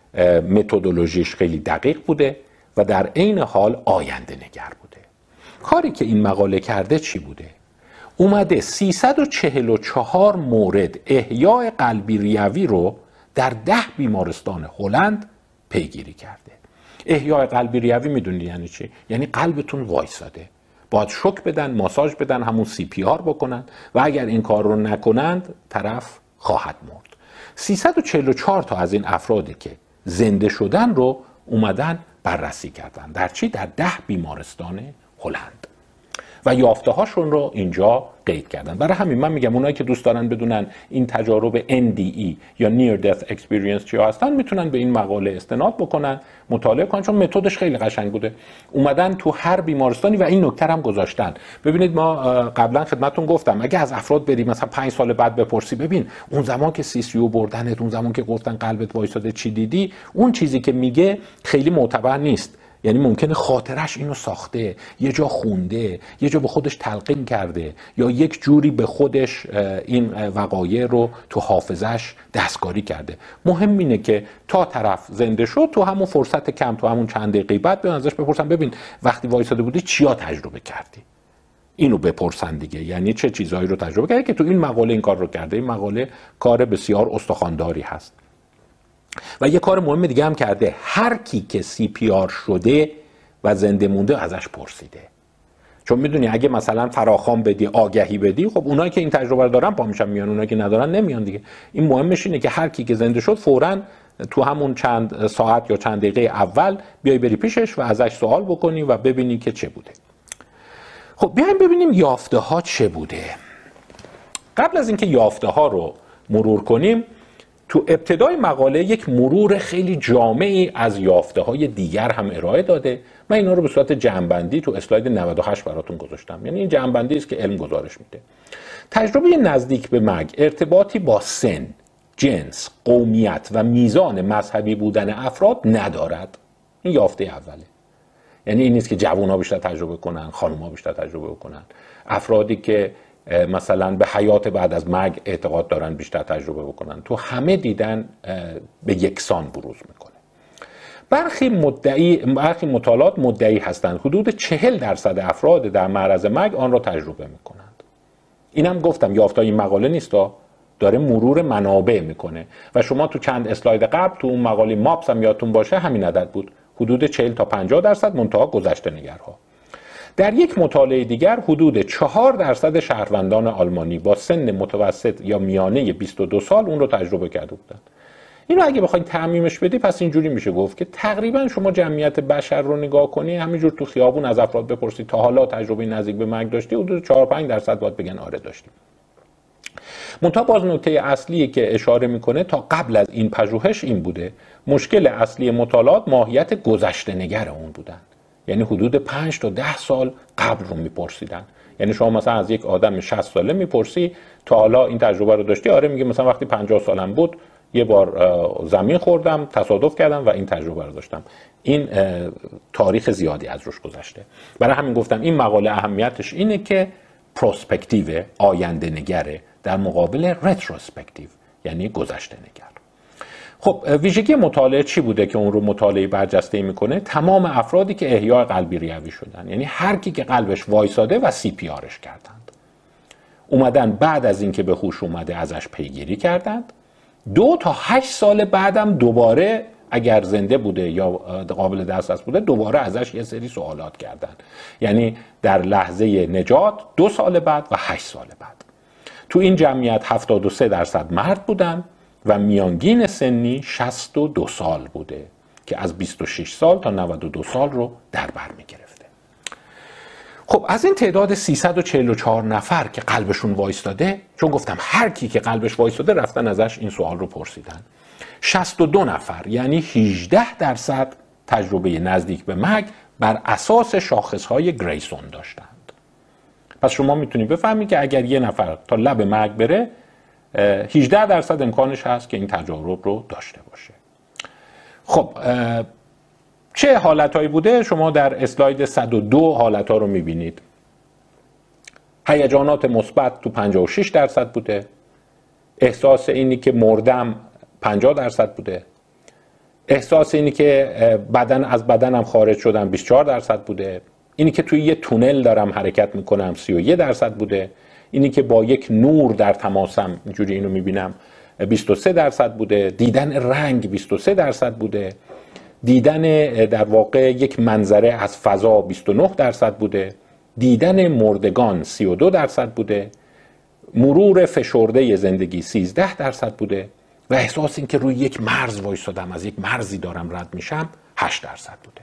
متدولوژیش خیلی دقیق بوده و در عین حال آینده نگر بوده. کاری که این مقاله کرده چی بوده؟ اومده سیصد و چهل و چهار مورد احیاء قلبی ریوی رو در ده بیمارستان هلند پیگیری کرده. احیاء قلبی ریوی میدونید یعنی چی؟ یعنی قلبتون وایساده، باید شوک بدن، ماساژ بدن، همون سی پی آر بکنن و اگر این کار رو نکنند طرف خواهد مرد. سیصد و چهل و چهار تا از این افرادی که زنده شدن رو اومدن بررسی کردن. در چی؟ در ده بیمارستان هلند و یافته هاشون رو اینجا قید کردن. برای همین من میگم اونایی که دوست دارن بدونن این تجارب ان دی ای یا Near Death Experience چی هستن میتونن به این مقاله استناد بکنن، مطالعه کنن، چون متدش خیلی قشنگ بوده. اومدن تو هر بیمارستانی و این نکته هم گذاشتن. ببینید ما قبلا خدمتتون گفتم اگه از افراد بریم مثلا پنج سال بعد بپرسی ببین اون زمان که سی سی او بردنت، اون زمان که گفتن قلبت وایساده چی دیدی، اون چیزی که میگه خیلی معتبر نیست. یعنی ممکنه خاطرش اینو ساخته، یه جا خونده، یه جا به خودش تلقین کرده یا یک جوری به خودش این وقایع رو تو حافظش دستکاری کرده. مهم اینه که تا طرف زنده شد تو همون فرصت کم، تو همون چند دقیقه بعد به ازش بپرسن ببین وقتی وایساده بودی چیا تجربه کردی. اینو بپرسن دیگه، یعنی چه چیزایی رو تجربه کردی که تو این مقاله این کار رو کرده. این مقاله کار بسیار استخوانداری هست. و یه کار مهم دیگه هم کرده، هر کی که سی پی آر شده و زنده مونده ازش پرسیده. چون میدونی اگه مثلا فراخوان بدی، آگهی بدی، خب اونایی که این تجربه رو دارن پا میشن میان، اونایی که ندارن نمیان دیگه. این مهمش اینه که هر کی که زنده شد فوراً تو همون چند ساعت یا چند دقیقه اول بیای بری پیشش و ازش سوال بکنی و ببینی که چه بوده. خب بیایم ببینیم یافته ها چه بوده. قبل از اینکه یافته ها رو مرور کنیم، تو ابتدای مقاله یک مرور خیلی جامعی از یافته های دیگر هم ارائه داده. من اینا رو به صورت جمع‌بندی تو اسلاید نود و هشت براتون گذاشتم. یعنی این جمع‌بندی است که علم گزارش میده. تجربه نزدیک به مرگ ارتباطی با سن، جنس، قومیت و میزان مذهبی بودن افراد ندارد. این یافته اوله. یعنی این نیست که جوان‌ها بیشتر تجربه کنن، خانم‌ها بیشتر تجربه کنن. افرادی که مثلا به حیات بعد از مرگ اعتقاد دارن بیشتر تجربه بکنن. تو همه دیدن به یکسان بروز میکنه. برخی مدعی برخی مطالعات مدعی هستند حدود چهل درصد افراد در معرض مرگ آن را تجربه میکنند. اینم گفتم یافته‌های این مقاله نیستا، داره مرور منابع میکنه و شما تو چند اسلاید قبل تو اون مقاله ماپس هم یادتون باشه همین عدد بود، حدود چهل تا پنجاه درصد منتها گذشته نگرها. در یک مطالعه دیگر حدود چهار درصد شهروندان آلمانی با سن متوسط یا میانه بیست و دو سال اون رو تجربه کرده بودند. اینو اگه بخواید تعمیمش بدی پس اینجوری میشه گفت که تقریبا شما جمعیت بشر رو نگاه کنی، همینجور تو خیابون از افراد بپرسی تا حالا تجربه نزدیک به مرگ داشتی، حدود چهار پنج درصد باید بگن آره داشتیم. منتها باز نکته اصلی که اشاره میکنه تا قبل از این پژوهش این بوده، مشکل اصلی مطالعات ماهیت گذشته نگر اون بودن. یعنی حدود پنج تا ده سال قبل رو میپرسیدن. یعنی شما مثلا از یک آدم شصت ساله میپرسی تا حالا این تجربه رو داشتی؟ آره میگه مثلا وقتی پنجاه سالم بود یه بار زمین خوردم، تصادف کردم و این تجربه رو داشتم. این تاریخ زیادی از روش گذشته. برای همین گفتم این مقاله اهمیتش اینه که پروسپکتیو، آینده نگره، در مقابل رتروسپکتیو یعنی گذشته نگر. خب ویژگی مطالعه چی بوده که اون رو مطالعه برجسته میکنه؟ تمام افرادی که احیاء قلبی ریوی شدن، یعنی هر کی که قلبش وایساده و سی پی آرش کردند، اومدن بعد از اینکه به هوش اومده ازش پیگیری کردند، دو تا هشت سال بعدم دوباره اگر زنده بوده یا قابل دسترس بوده دوباره ازش یه سری سوالات کردن، یعنی در لحظه نجات دو سال بعد و هشت سال بعد. تو این جمعیت هفتاد و سه درصد مرد بودن و میانگین سنی شصت و دو سال بوده که از بیست و شش سال تا نود و دو سال رو در بر می گرفته. خب از این تعداد سیصد و چهل و چهار نفر که قلبشون وایستاده، چون گفتم هر کی که قلبش وایستاده رفتن ازش این سوال رو پرسیدن، شصت و دو نفر یعنی هجده درصد تجربه نزدیک به مرگ بر اساس شاخصهای گریسون داشتند. پس شما میتونید بفهمید که اگر یه نفر تا لب مرگ بره هجده درصد امکانش هست که این تجارب رو داشته باشه. خب چه حالتهایی بوده؟ شما در اسلاید صد و دو حالتها رو میبینید. هیجانات مثبت تو پنجاه و شش درصد بوده، احساس اینی که مردم پنجاه درصد بوده، احساس اینی که بدن از بدنم خارج شدم بیست و چهار درصد بوده، اینی که توی یه تونل دارم حرکت میکنم سی و یک درصد بوده، اینی که با یک نور در تماسم اینجوری اینو میبینم بیست و سه درصد بوده، دیدن رنگ بیست و سه درصد بوده، دیدن در واقع یک منظره از فضا بیست و نه درصد بوده، دیدن مردگان سی و دو درصد بوده، مرور فشرده زندگی سیزده درصد بوده و احساس این که روی یک مرز وایسادم، از یک مرزی دارم رد میشم هشت درصد بوده.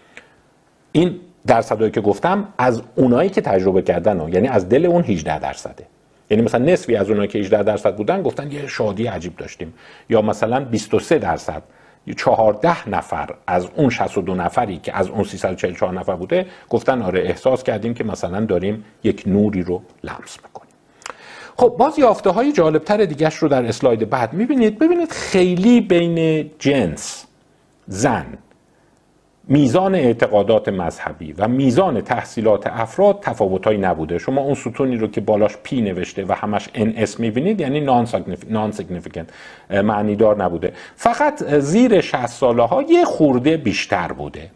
این درصدهایی که گفتم از اونایی که تجربه کردن ها. یعنی از دل اون هجده درصده. یعنی مثلا نصفی از اونایی که هجده درصد بودن گفتن یه شادی عجیب داشتیم، یا مثلا بیست و سه درصد، چهارده نفر از اون شصت و دو نفری که از اون سیصد و چهل و چهار نفر بوده گفتن آره احساس کردیم که مثلا داریم یک نوری رو لمس میکنیم. خب باز یافته های جالبتر دیگهش رو در اسلاید بعد میبینید. ببینید خیلی بین جنس، زن، میزان اعتقادات مذهبی و میزان تحصیلات افراد تفاوتایی نبوده. شما اون ستونی رو که بالاش پی نوشته و همش ان اس میبینید یعنی نان سیگنیفیکانت، معنی دار نبوده. فقط زیر شصت ساله ها یه خورده بیشتر بوده.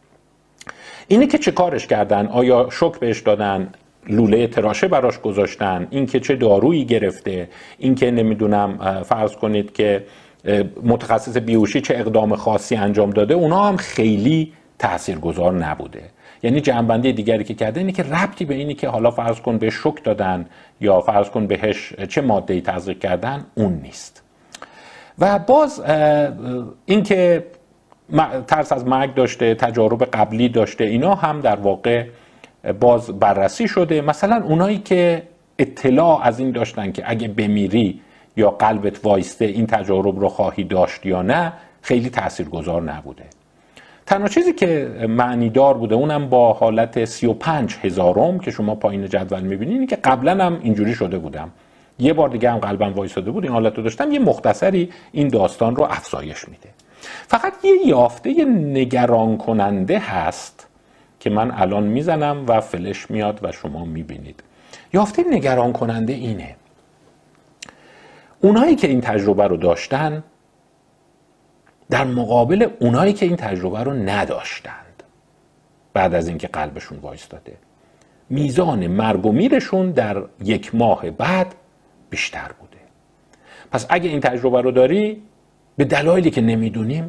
اینی که چه کارش کردن، آیا شوک بهش دادن، لوله تراشه براش گذاشتن، این که چه دارویی گرفته، این که نمیدونم فرض کنید که متخصص بیهوشی چه اقدام خاصی انجام داده، اونا هم خیلی تاثیرگذار نبوده. یعنی جنبنده دیگری که کرده اینه که ربطی به اینی که حالا فرض کن به شوک دادن یا فرض کن بهش چه ماده‌ای تزریق کردن اون نیست. و باز این که ترس از مرگ داشته، تجارب قبلی داشته، اینا هم در واقع باز بررسی شده. مثلا اونایی که اطلاع از این داشتن که اگه بمیری یا قلبت وایسته این تجارب رو خواهی داشت یا نه، خیلی تاثیرگذار نبوده. تنها چیزی که معنی دار بوده اونم با حالت سی و پنج هزارم که شما پایین جدول میبینید که قبلا هم اینجوری شده بودم، یه بار دیگه هم قلبم وایساده بود، این حالت رو داشتم. یه مختصری این داستان رو افزایش میده. فقط یه یافته نگران کننده هست که من الان میزنم و فلش میاد و شما میبینید. یافته نگران کننده اینه: اونایی که این تجربه رو داشتن در مقابل اونایی که این تجربه رو نداشتند بعد از اینکه قلبشون وایستاده، میزان مرگ و میرشون در یک ماه بعد بیشتر بوده. پس اگه این تجربه رو داری، به دلایلی که نمیدونیم،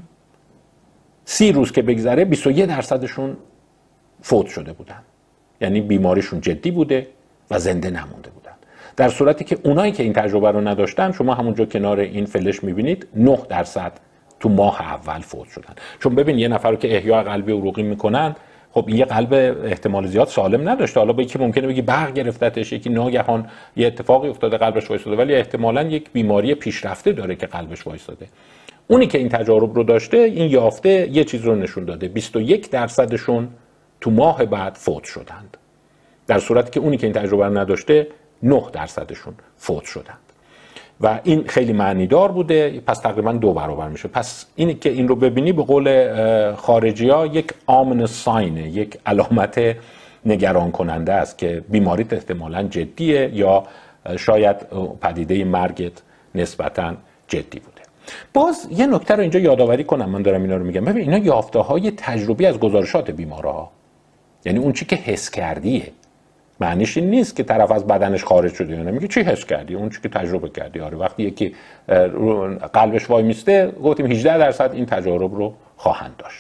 سی روز که بگذره بیست و یک درصدشون فوت شده بودن، یعنی بیماریشون جدی بوده و زنده نمونده بودن. در صورتی که اونایی که این تجربه رو نداشتن، شما همونجا کنار این فلش میبینید نه درصد تو ماه اول فوت شدن. چون ببین یه نفر رو که احیاء قلبی عروقی میکنن، خب این یه قلب احتمال زیاد سالم نداشته. حالا با یکی ممکنه بگی برق گرفتتش، یکی ناگهان یه اتفاقی افتاده قلبش وایساده، ولی احتمالاً یک بیماری پیشرفته داره که قلبش وایساده. اونی که این تجارب رو داشته، این یافته یه چیز رو نشون داده: بیست و یک درصدشون تو ماه بعد فوت شدند. در صورتی که اونی که این تجربه رو نداشته نه درصدشون فوت شدند و این خیلی معنیدار بوده. پس تقریبا دو برابر میشه. پس اینی که این رو ببینی به قول خارجی ها یک ominous sign، یک علامت نگران کننده است که بیماریت احتمالاً جدیه یا شاید پدیده مرگت نسبتاً جدی بوده. باز یه نکته رو اینجا یادآوری کنم، من دارم اینا رو میگم، ببین اینا یافته های تجربی از گزارشات بیمارها، یعنی اون چی که حس کردیه. معنیش این نیست که طرف از بدنش خارج شده یا نمیگه چی حس کردی، اون چی که تجربه کردی. آره وقتی یکی قلبش وای میسته گفتیم هجده درصد این تجارب رو خواهند داشت.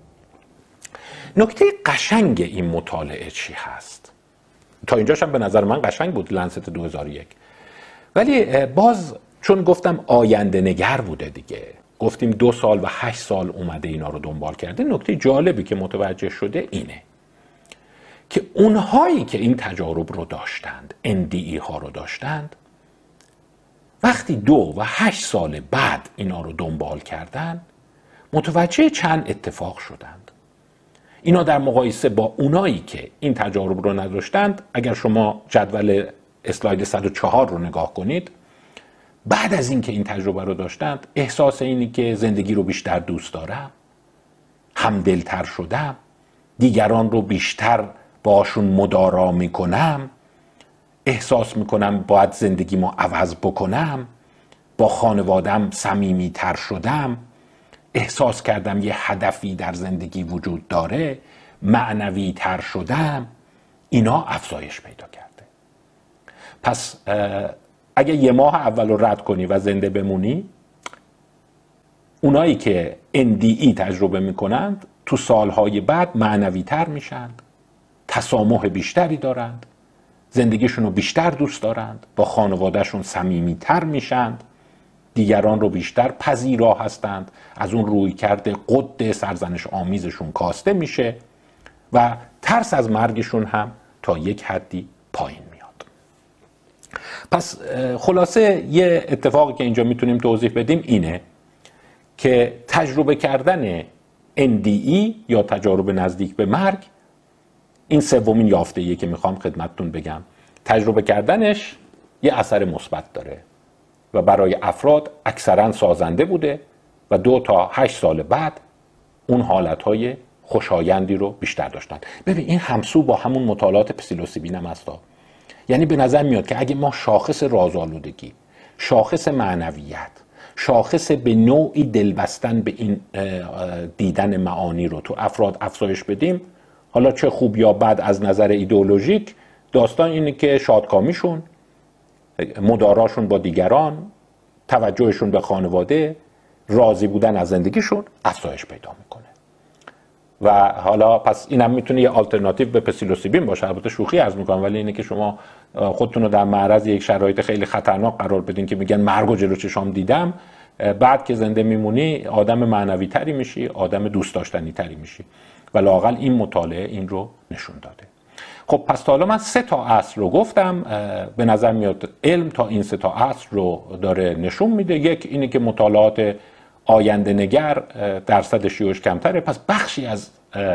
نکته قشنگ این مطالعه چی هست؟ تا اینجاش هم به نظر من قشنگ بود، لنست دو هزار و یک، ولی باز چون گفتم آینده نگر بوده دیگه، گفتیم دو سال و هشت سال اومده اینا رو دنبال کرده. نکته جالبی که متوجه شده اینه که اونهایی که این تجارب رو داشتند، ان دی ای ها رو داشتند، وقتی دو و هشت سال بعد اینا رو دنبال کردن متوجه چند اتفاق شدند. اینا در مقایسه با اونایی که این تجارب رو نداشتند، اگر شما جدول اسلاید صد و چهار رو نگاه کنید، بعد از این که این تجربه رو داشتند احساس اینی که زندگی رو بیشتر دوست دارم، همدلتر شدم، دیگران رو بیشتر باشون مدارا میکنم، احساس میکنم باید زندگیمو عوض بکنم، با خانوادم صمیمیتر شدم، احساس کردم یه هدفی در زندگی وجود داره، معنوی تر شدم. اینا افزایش پیدا کرده. پس اگه یه ماه اول رو رد کنی و زنده بمونی، اونایی که ان دی ای تجربه میکنند تو سالهای بعد معنوی تر میشند، تسامح بیشتری دارند، زندگیشون رو بیشتر دوست دارند، با خانوادهشون صمیمی تر میشند، دیگران رو بیشتر پذیرا هستند، از اون روی کرده قد سرزنش آمیزشون کاسته میشه و ترس از مرگشون هم تا یک حدی پایین میاد. پس خلاصه یه اتفاقی که اینجا میتونیم توضیح بدیم اینه که تجربه کردن ان دی ای یا تجارب نزدیک به مرگ، این سومین یافته‌ایه که میخوام خدمتتون بگم، تجربه کردنش یه اثر مثبت داره و برای افراد اکثرا سازنده بوده و دو تا هشت سال بعد اون حالتهای خوشایندی رو بیشتر داشتن. ببین این همسو با همون مطالعات پسیلوسیبین هم هستا. یعنی به نظر میاد که اگه ما شاخص رازآلودگی، شاخص معنویت، شاخص به نوعی دلبستن به این دیدن معانی رو تو افراد افزایش بدیم، حالا چه خوب یا بد از نظر ایدئولوژیک، داستان اینه که شادکامیشون، مداراشون با دیگران، توجهشون به خانواده، راضی بودن از زندگیشون افزایش پیدا میکنه. و حالا پس اینم میتونه یه آلترناتیو به پسیلوسیبین باشه. البته شوخی عرض میکنم، ولی اینه که شما خودتون رو در معرض یک شرایط خیلی خطرناک قرار بدین که میگن مرگ و جلو چشام دیدم، بعد که زنده میمونی آدم معنوی تری میشی، آدم دوست داشتنی تری میشی و لااقل این مطالعه این رو نشون داده. خب پس تا حالا من سه تا اصل رو گفتم. به نظر میاد علم تا این سه تا اصل رو داره نشون میده. یک اینه که مطالعات آینده نگر درصد شیوعش کمتره، پس بخشی از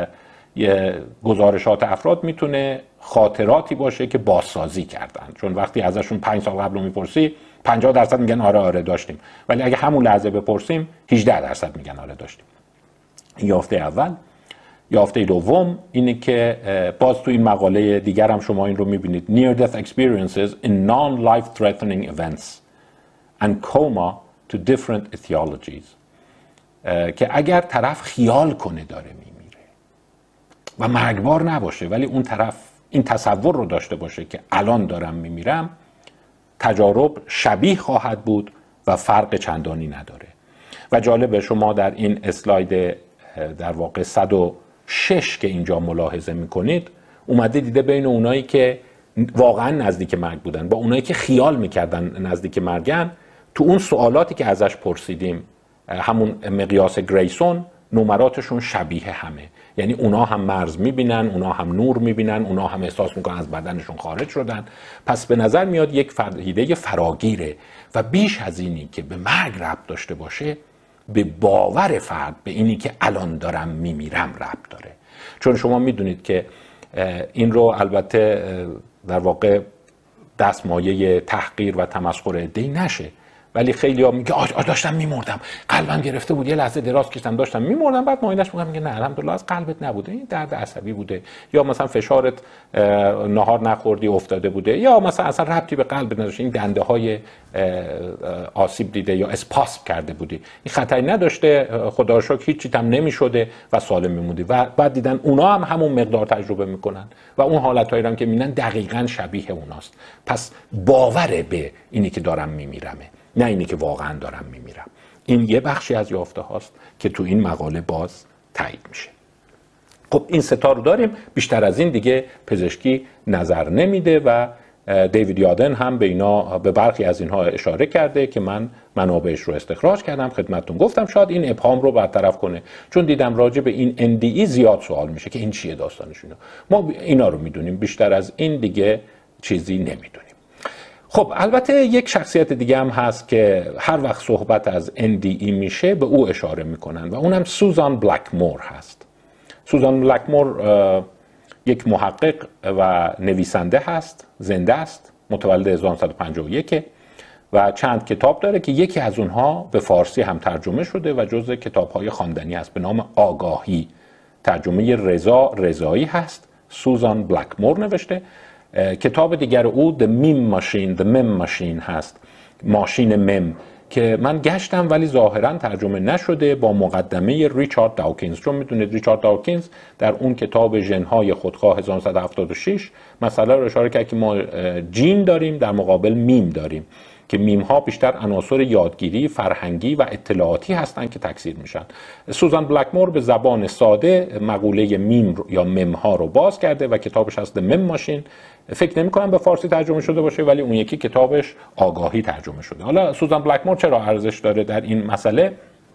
گزارشات افراد میتونه خاطراتی باشه که بازسازی کردن، چون وقتی ازشون پنج سال قبل رو میپرسی پنجاه درصد میگن آره آره داشتیم، ولی اگه همون لحظه بپرسیم هجده درصد میگن آره داشتیم. این یافته اول. یافته دوم اینه که باز تو این مقاله دیگر هم شما این رو میبینید، near death experiences in non-life threatening events and coma to different etiologies، که اگر طرف خیال کنه داره میمیره و مرگبار نباشه، ولی اون طرف این تصور رو داشته باشه که الان دارم میمیرم، تجارب شبیه خواهد بود و فرق چندانی نداره. و جالبه شما در این اسلاید در واقع صد و شش که اینجا ملاحظه میکنید اومده دیده بین اونایی که واقعا نزدیک مرگ بودن با اونایی که خیال میکردن نزدیک مرگن، تو اون سوالاتی که ازش پرسیدیم، همون مقیاس گریسون، نمراتشون شبیه همه. یعنی اونا هم مرز میبینن، اونا هم نور میبینن، اونا هم احساس میکنن از بدنشون خارج شدن. پس به نظر میاد یک ایده فراگیره و بیش از اینی که به مرگ ربط داشته باشه، به باور فرد به اینی که الان دارم میمیرم ربط داره. چون شما میدونید که این رو البته در واقع دستمایه تحقیر و تمسخر عده‌ای نشه، ولی خیلی ها میگه آج آج داشتم میمردم، قلبم گرفته بود، یه لحظه دراز کشیدم داشتم میمردم، بعد معاینش میگم میگه نه الحمدلله از قلبت نبوده، این درد عصبی بوده، یا مثلا فشارت نهار نخوردی افتاده بوده، یا مثلا اصلا ربطی به قلب نداشته، این دنده های آسیب دیده یا اسپاسم کرده بودی، این خطری نداشته، خدا رو شکر هیچ چیزی هم نمیشده و سالم میموندی. و بعد دیدن اونا هم همون مقدار تجربه میکنن و اون حالتایی هم که میبینن دقیقاً شبیه اوناست. پس باور به اینی که دارم میمیرمه، نه اینی که واقعا دارم میمیرم. این یه بخشی از یافته هاست که تو این مقاله باز تایید میشه. خب این ستا رو داریم، بیشتر از این دیگه پزشکی نظر نمیده و دیوید یادن هم به اینا، به برخی از اینها اشاره کرده که من منابعش رو استخراج کردم، خدمتتون گفتم شاید این ابهام رو برطرف کنه، چون دیدم راجع به این ان دی ای زیاد سوال میشه که این چیه داستانش. اینا ما اینا رو میدونیم، بیشتر از این دیگه چیزی نمیدونیم. خب البته یک شخصیت دیگه هم هست که هر وقت صحبت از ان دی ای میشه به او اشاره میکنن و اونم سوزان بلکمور هست. سوزان بلکمور یک محقق و نویسنده هست، زنده است، متولد هزار و نهصد و پنجاه و یک و چند کتاب داره که یکی از اونها به فارسی هم ترجمه شده و جزء کتاب‌های خواندنی است به نام آگاهی. ترجمه رضا رضایی هست، سوزان بلکمور نوشته. کتاب دیگر او The Meme Machine The Meme Machine هست، ماشین مم، که من گشتم ولی ظاهرا ترجمه نشده، با مقدمه ریچارد داوکینز. چون میدونید ریچارد داوکینز در اون کتاب ژن‌های خودخواه هزار و نهصد و هفتاد و شش مسئله رو اشاره کرد که ما جین داریم در مقابل میم داریم، که میم ها بیشتر عناصر یادگیری، فرهنگی و اطلاعاتی هستند که تکثیر میشن. سوزان بلکمور به زبان ساده مقوله میم یا مم ها رو باز کرده و کتابش هست The Meme Machine. فکر نمی کنم به فارسی ترجمه شده باشه، ولی اون یکی کتابش آگاهی ترجمه شده. حالا سوزان بلکمور چرا ارزش داره در این مسئله؟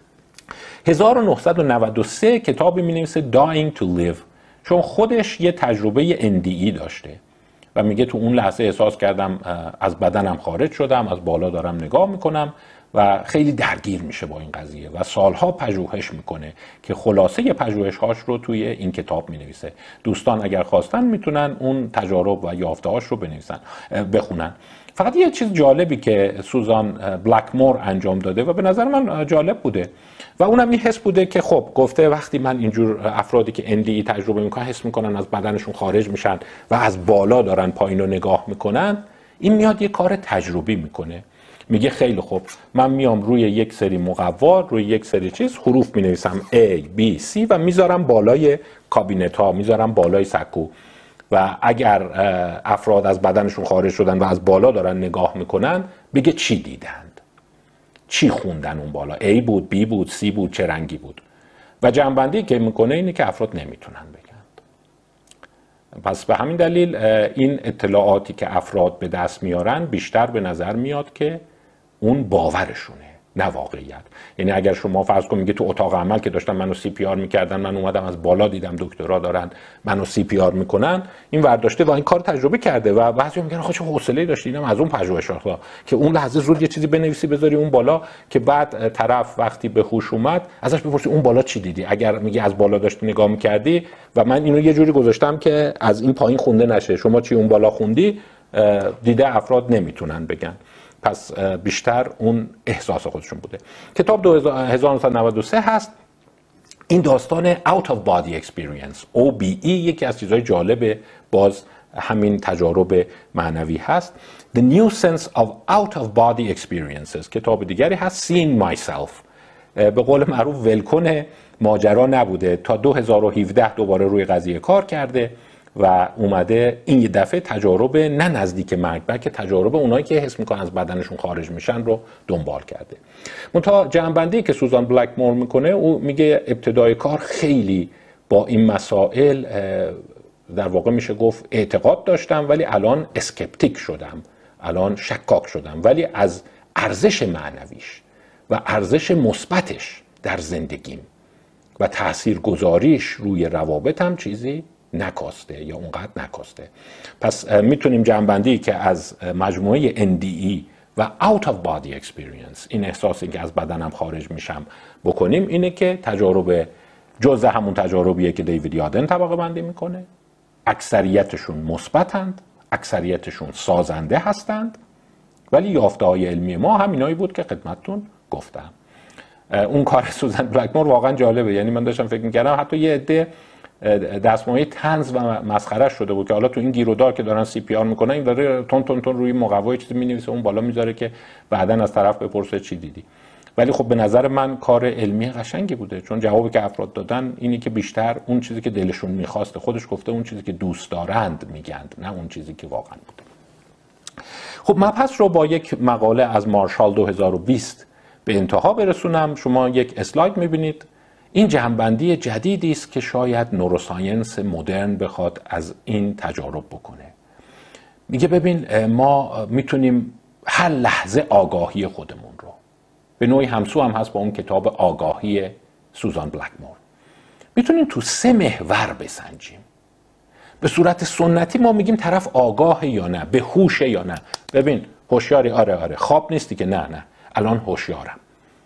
هزار و نهصد و نود و سه کتابی می نویسه Dying to Live، چون خودش یه تجربه ان دی ای داشته و میگه تو اون لحظه احساس کردم از بدنم خارج شدم، از بالا دارم نگاه میکنم و خیلی درگیر میشه با این قضیه و سالها پژوهش میکنه که خلاصه پژوهش‌هاش رو توی این کتاب مینویسه. دوستان اگر خواستن میتونن اون تجارب و یافته‌هاش رو بنویسن، بخونن. فقط یه چیز جالبی که سوزان بلکمور انجام داده و به نظر من جالب بوده و اونم این حس بوده که خب گفته وقتی من اینجور افرادی که ان دی ای تجربه میکنن حس میکنن از بدنشون خارج میشن و از بالا دارن پایین رو نگاه میکنن، این میاد یه کار تجربی میکنه. میگه خیلی خوب، من میام روی یک سری مقوا، روی یک سری چیز حروف مینویسم A, B, C و میذارم بالای کابینت ها، میذارم بالای سکو و اگر افراد از بدنشون خارج شدن و از بالا دارن نگاه میکنن بگه چی دیدند، چی خوندن اون بالا، A بود، B بود، C بود، چه رنگی بود. و جنبندی که میکنه اینه که افراد نمیتونن بگند. پس به همین دلیل این اطلاعاتی که افراد به دست میارن بیشتر به نظر میاد که اون باورشونه نه واقعیت. یعنی اگر شما فرض کنید میگه تو اتاق عمل که داشتن منو سی پی آر میکردن، من اومدم از بالا دیدم دکترها دارن منو سی پی آر میکنن، این ورداشته و این کار تجربه کرده و بعضی میگن آخه چه حوصله‌ای داشتی، اینم از اون پژوهش‌ها که اون لحظه زود یه چیزی بنویسی بذاری اون بالا که بعد طرف وقتی به هوش اومد ازش بپرسی اون بالا چی دیدی. اگر میگه از بالا داشتی نگاه میکردی و من اینو یه جوری گذاشتم که از این پایین خونده نشه، شما چی اون بالا خوندی، دیده افراد نمیتونن بگن. پس بیشتر اون احساس خودشون بوده. کتاب هزار و نهصد و نود و سه هست. این داستان out of body experience او بی ای یکی از چیزهای جالب باز همین تجارب معنوی هست. The new sense of out of body experiences. کتاب دیگری هست Seeing myself. به قول معروف ولکن ماجرا نبوده، تا دو هزار و هفده دوباره روی قضیه کار کرده و اومده این یه دفعه تجارب نه نزدیک مرگ بلکه تجارب اونایی که حس میکنن از بدنشون خارج میشن رو دنبال کرده. منتها جنبندی که سوزان بلکمور میکنه، او میگه ابتدای کار خیلی با این مسائل در واقع میشه گفت اعتقاد داشتم ولی الان اسکپتیک شدم، الان شکاک شدم، ولی از ارزش معنویش و ارزش مثبتش در زندگیم و تاثیرگذاریش روی روابطم چیزی نکاسته یا اونقدر نکاسته. پس میتونیم جنبندی که از مجموعه ان دی ای و out of body experience، این احساسی که از بدنم خارج میشم، بکنیم اینه که تجارب جزء همون تجاربیه که دیوید یادن طبقه بندی میکنه، اکثریتشون مثبتند، اکثریتشون سازنده هستند، ولی یافته‌های علمی ما همینایی بود که خدمتتون گفتم. اون کار سوزن بلکمور واقعا جالبه. یعنی من داشتم فکر می‌کردم حتی یه عده دستمایه طنز و مسخره شده بود که حالا تو این گیرودار که دارن سی پی آر میکنن این داره تون تون تون روی مقوای چیزی مینویسه، اون بالا میذاره که بعداً از طرف بپرسه چی دیدی. ولی خب به نظر من کار علمی قشنگی بوده، چون جوابی که افراد دادن اینی که بیشتر اون چیزی که دلشون میخواسته، خودش گفته اون چیزی که دوست دارند میگند، نه اون چیزی که واقعا بوده. خب مبحث رو با یک مقاله از مارشال دو هزار و بیست به انتها برسونم. شما یک اسلاید میبینید. این جنبندی جدیدی است که شاید نوروساینس مدرن بخواد از این تجارب بکنه. میگه ببین ما میتونیم هر لحظه آگاهی خودمون رو، به نوعی همسو هم هست با اون کتاب آگاهی سوزان بلکمور، میتونیم تو سه محور بسنجیم. به صورت سنتی ما میگیم طرف آگاه یا نه، به هوشه یا نه. ببین هوشیاری؟ آره آره. خواب نیستی که؟ نه نه الان هوشیارم.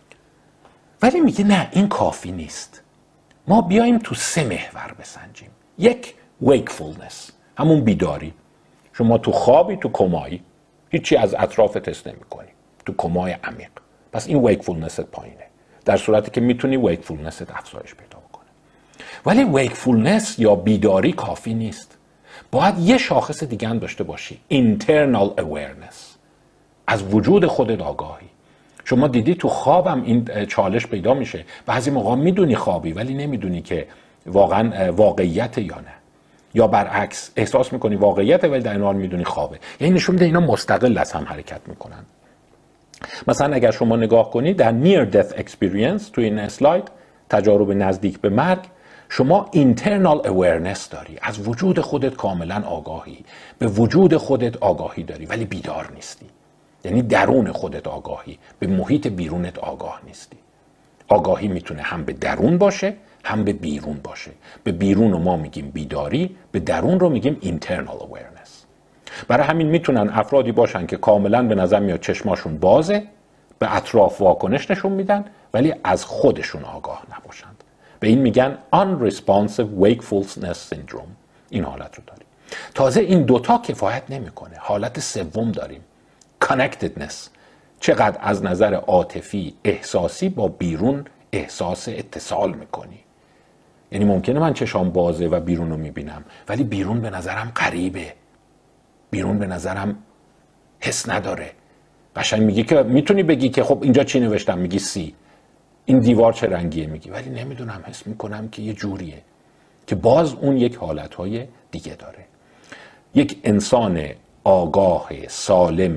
ولی میگه نه این کافی نیست، ما بیایم تو سه محور بسنجیم. یک wakefulness، همون بیداری. شما تو خوابی، تو کمایی، هیچی از اطراف تست نمی کنی، تو کمای عمیق، پس این wakefulness پایینه، در صورتی که میتونی wakefulness افزایش پیدا بکنه. ولی wakefulness یا بیداری کافی نیست، باید یه شاخص دیگه هم داشته باشی، internal awareness، از وجود خودت آگاهی. شما دیدی تو خوابم این چالش پیدا میشه، بعضی موقع میدونی خوابی ولی نمیدونی که واقعا واقعیت یا نه، یا برعکس احساس میکنی واقعیت ولی در این حال میدونی خوابه. یعنی نشون میده اینا مستقل از هم حرکت میکنن. مثلا اگر شما نگاه کنید در near death experience تو این اسلاید، تجارب نزدیک به مرگ، شما internal awareness داری، از وجود خودت کاملا آگاهی، به وجود خودت آگاهی داری ولی بیدار نیستی. یعنی درون خودت آگاهی، به محیط بیرونت آگاه نیستی. آگاهی میتونه هم به درون باشه هم به بیرون باشه. به بیرون رو ما میگیم بیداری، به درون رو میگیم internal awareness. برای همین میتونن افرادی باشن که کاملا به نظر میاد چشماشون بازه، به اطراف واکنش نشون میدن ولی از خودشون آگاه نباشند. به این میگن unresponsive wakefulness syndrome. این حالت رو داریم. تازه این دوتا کفایت نمیکنه، حالت سوم داریم، connectedness. چقدر از نظر عاطفی احساسی با بیرون احساس اتصال میکنی. یعنی ممکنه من چشام بازه و بیرون رو میبینم ولی بیرون به نظرم غریبه، بیرون به نظرم حس نداره. قشنگ میگی که میتونی بگی که خب اینجا چی نوشتم، میگی سی، این دیوار چه رنگیه، میگی ولی نمیدونم، حس میکنم که یه جوریه، که باز اون یک حالتهای دیگه داره. یک انسان آگاه، سالم،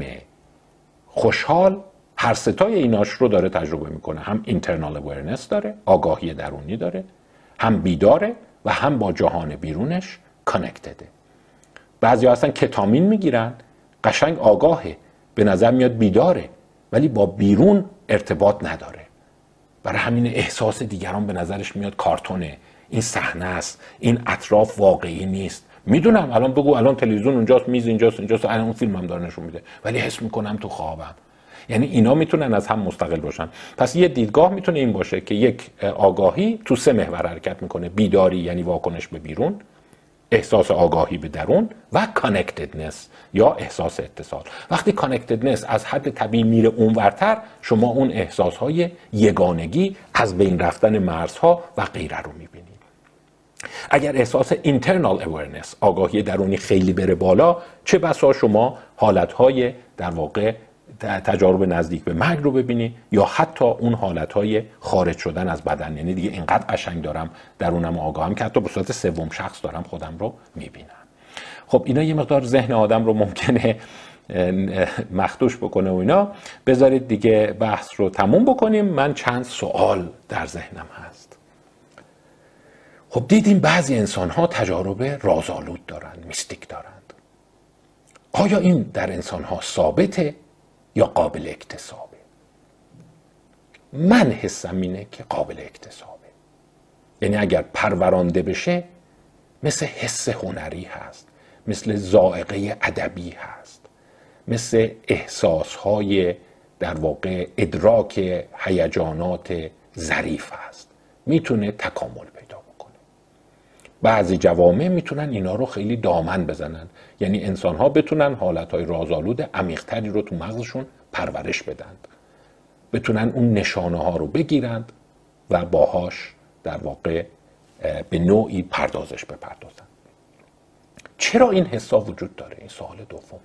خوشحال هر ستای ایناش رو داره تجربه میکنه. هم internal awareness داره، آگاهی درونی داره، هم بیداره و هم با جهان بیرونش connectedه. بعضی ها هستن کتامین میگیرن، قشنگ آگاهه، به نظر میاد بیداره ولی با بیرون ارتباط نداره. برای همین احساس دیگران به نظرش میاد کارتونه، این صحنه است، این اطراف واقعی نیست. میدونم الان بگو الان تلویزیون اونجاست، میز اینجاست، اینجاست، الان اون فیلم هم داره نشون میده ولی حس میکنم تو خوابم. یعنی اینا میتونن از هم مستقل باشن. پس یه دیدگاه میتونه این باشه که یک آگاهی تو سه محور حرکت میکنه: بیداری یعنی واکنش به بیرون، احساس آگاهی به درون و کانکتدنس یا احساس اتصال. وقتی کانکتدنس از حد طبیعی میره اونورتر، شما اون احساسهای یگانگی، از بین رفتن مرزها و غیره رو میبینید. اگر احساس internal awareness، آگاهی درونی خیلی بره بالا، چه بسا شما حالتهای در واقع تجارب نزدیک به مرگ رو ببینی یا حتی اون حالتهای خارج شدن از بدن. یعنی دیگه اینقدر قشنگ دارم درونم آگاهم که حتی به صورت سوم شخص دارم خودم رو میبینم. خب اینا یه مقدار ذهن آدم رو ممکنه مخدوش بکنه و اینا. بذارید دیگه بحث رو تموم بکنیم. من چند سوال در ذهنم هست. خب دیدیم بعضی انسان ها تجارب رازآلود دارند، میستیک دارند. آیا این در انسان ها ثابته یا قابل اکتسابه؟ من حسم اینه که قابل اکتسابه. یعنی اگر پرورانده بشه مثل حس هنری هست، مثل ذائقه ادبی هست، مثل احساسهای در واقع ادراک هیجانات ظریف هست، میتونه تکامل پیدا بکنه. بعضی جوامع میتونن اینا رو خیلی دامن بزنن، یعنی انسان ها بتونن حالتهای رازآلود عمیق‌تری رو تو مغزشون پرورش بدن، بتونن اون نشانه ها رو بگیرند و باهاش در واقع به نوعی پردازش بپردازن. چرا این حسا وجود داره؟ این سوال دومه.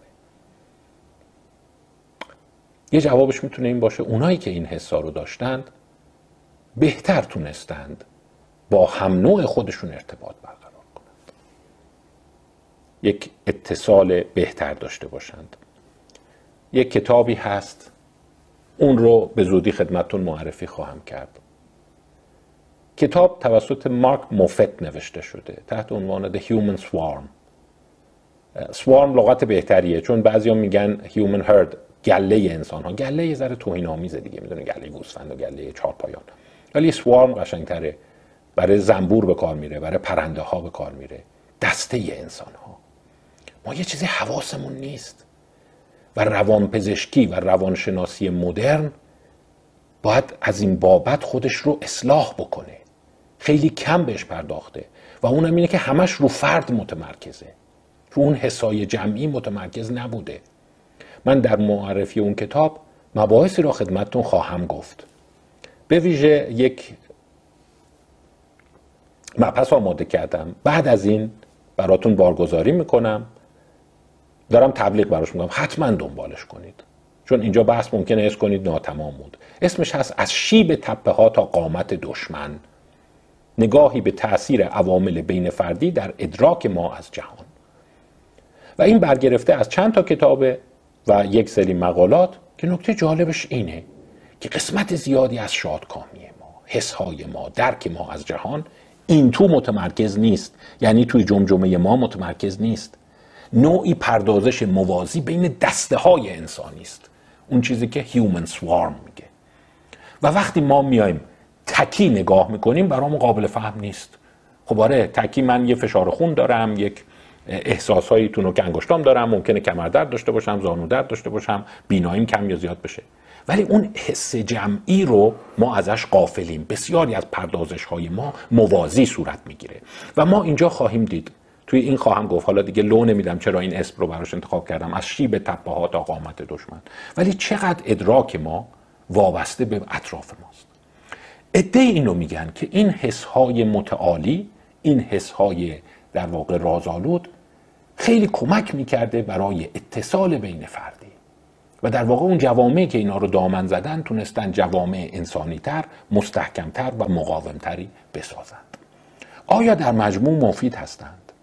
یه جوابش میتونه این باشه اونایی که این حسا رو داشتند بهتر تونستند با هم نوع خودشون ارتباط برقرار کنند، یک اتصال بهتر داشته باشند. یک کتابی هست، اون رو به زودی خدمتتون معرفی خواهم کرد. کتاب توسط مارک موفت نوشته شده تحت عنوان The Human Swarm. سوارم لغت بهتریه، چون بعضیا میگن Human Herd، گله انسان ها. گله یه ذره توهین آمیزه دیگه، میدونه گله گوسفند و گله چهارپایان، ولی سوارم قشنگتره. برای زنبور به کار میره، برای پرنده ها به کار میره، دسته انسان ها. ما یه چیزی حواسمون نیست و روانپزشکی و روانشناسی مدرن باید از این بابت خودش رو اصلاح بکنه. خیلی کم بهش پرداخته و اونم اینه که همش رو فرد متمرکزه، رو اون حسای جمعی متمرکز نبوده. من در معرفی اون کتاب مباحثی را خدمتتون خواهم گفت. به ویژه یک مبحث آماده کردم، بعد از این براتون بارگذاری میکنم، دارم تبلیغ براش میکنم، حتما دنبالش کنید، چون اینجا بحث ممکنه حس کنید ناتمام بود. اسمش هست از شیب تپه ها تا قامت دشمن، نگاهی به تأثیر عوامل بین فردی در ادراک ما از جهان. و این برگرفته از چند تا کتابه و یک سری مقالات که نکته جالبش اینه که قسمت زیادی از شادکامی ما، حسهای ما، درک ما از جهان این تو متمرکز نیست، یعنی توی جمجمه ما متمرکز نیست. نوعی پردازش موازی بین دسته های انسانی است، اون چیزی که Human Swarm میگه. و وقتی ما میایم تکی نگاه میکنیم برامون قابل فهم نیست. خب آره، تکی من یه فشار خون دارم، یک احساسایی تو نوک انگشتام دارم، ممکنه کمردرد داشته باشم، زانو درد داشته باشم، بیناییم کم یا زیاد بشه، ولی اون حس جمعی رو ما ازش غافلیم. بسیاری از پردازش های ما موازی صورت میگیره و ما اینجا خواهیم دید، توی این خواهم گفت. حالا دیگه لو نمیدم چرا این اسم رو براش انتخاب کردم، از شیب تپه ها تا قامت دشمن، ولی چقدر ادراک ما وابسته به اطراف ماست. عده اینو میگن که این حس های متعالی، این حس های در واقع رازآلود خیلی کمک میکرده برای اتصال بین فردی و در واقع اون جوامعی که اینا رو دامن زدن تونستن جوامع انسانی‌تر، مستحکمتر و مقاومتری بسازند. آیا در مجموع مفید هستند؟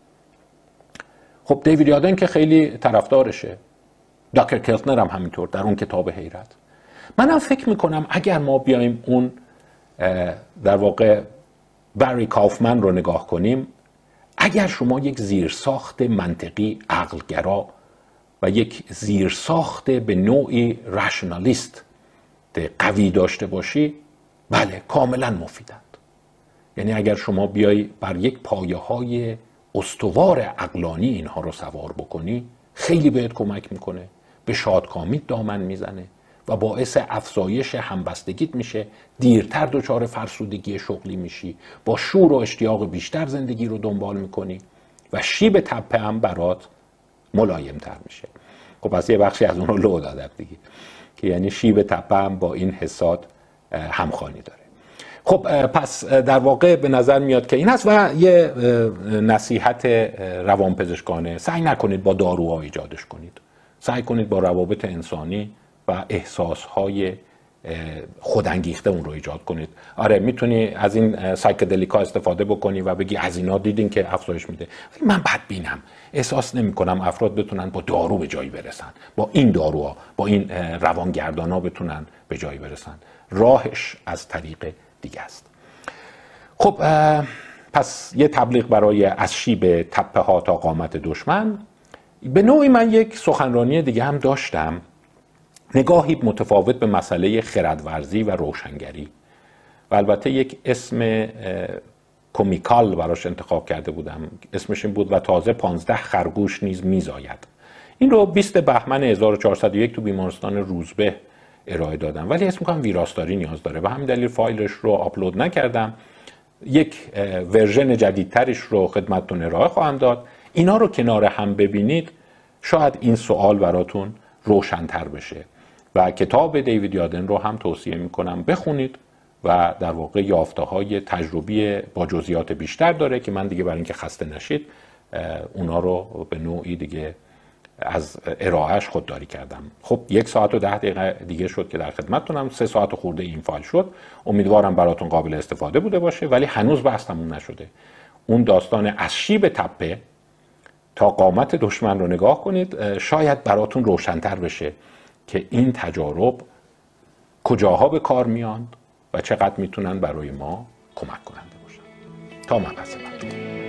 خب دیوید یادن که خیلی طرفدارشه، داکتر کلتنر هم همینطور در اون کتاب حیرت. منم فکر میکنم اگر ما بیایم اون در واقع بری کافمن رو نگاه کنیم، اگر شما یک زیرساخت منطقی عقلگرا و یک زیرساخت به نوعی رشنالیست قوی داشته باشی، بله کاملا مفیدند. یعنی اگر شما بیای بر یک پایه های استوار عقلانی اینها رو سوار بکنی، خیلی بهت کمک میکنه، به شادکامی دامن میزنه و باعث افزایش همبستگیت میشه، دیرتر دچار فرسودگی شغلی میشی، با شور و اشتیاق بیشتر زندگی رو دنبال میکنی و شیب تپه هم برات ملایمتر میشه. خب پس یه بخشی از اون رو لو دادم دیگه، که یعنی شیب تپه هم با این حسات همخوانی داره. خب پس در واقع به نظر میاد که این هست. و یه نصیحت روانپزشکانه، سعی نکنید با داروها ایجادش کنید، سعی کنید با روابط انسانی و احساسهای خودانگیخته اون رو ایجاد کنید. آره میتونی از این سایکدلیکا استفاده بکنی و بگی از اینا دیدین که افزایش میده، ولی من بدبینم، احساس نمی کنم افراد بتونن با دارو به جایی برسن، با این داروها، با این روانگردانا بتونن به جایی برسن. راهش از طریق دیگه است. خب پس یه تبلیغ برای از شیب تپه ها تا قامت دشمن. به نوعی من یک سخنرانی دیگه هم داشتم، نگاهی متفاوت به مسئله خردورزی و روشنگری، و البته یک اسم کومیکال براش انتخاب کرده بودم. اسمش این بود و تازه پانزده خرگوش نیز میزاید. این رو بیست بهمن هزار و چهارصد و یک تو بیمارستان روزبه ارائه دادم، ولی اسم میکنم ویراستاری نیاز داره و همین دلیل فایلش رو آپلود نکردم یک ورژن جدیدترش رو خدمتتون ارائه خواهم داد. اینا رو کنار هم ببینید شاید این سوال براتون روشن‌تر بشه و کتاب دیوید یادن رو هم توصیه میکنم بخونید و در واقع یافته‌های تجربی با جزئیات بیشتر داره که من دیگه برای اینکه خسته نشید اونا رو به نوعی دیگه از ارائهش خودداری کردم. خب یک ساعت و ده دقیقه دیگه شد که در خدمتتونم. سه ساعت خورده این فایل شد. امیدوارم براتون قابل استفاده بوده باشه، ولی هنوز بحث تموم نشده. اون داستان از شیب تپه تا قامت دشمن رو نگاه کنید، شاید براتون روشن‌تر بشه که این تجارب کجاها به کار میان و چقدر میتونن برای ما کمک کننده باشن. تا مبحث بعد.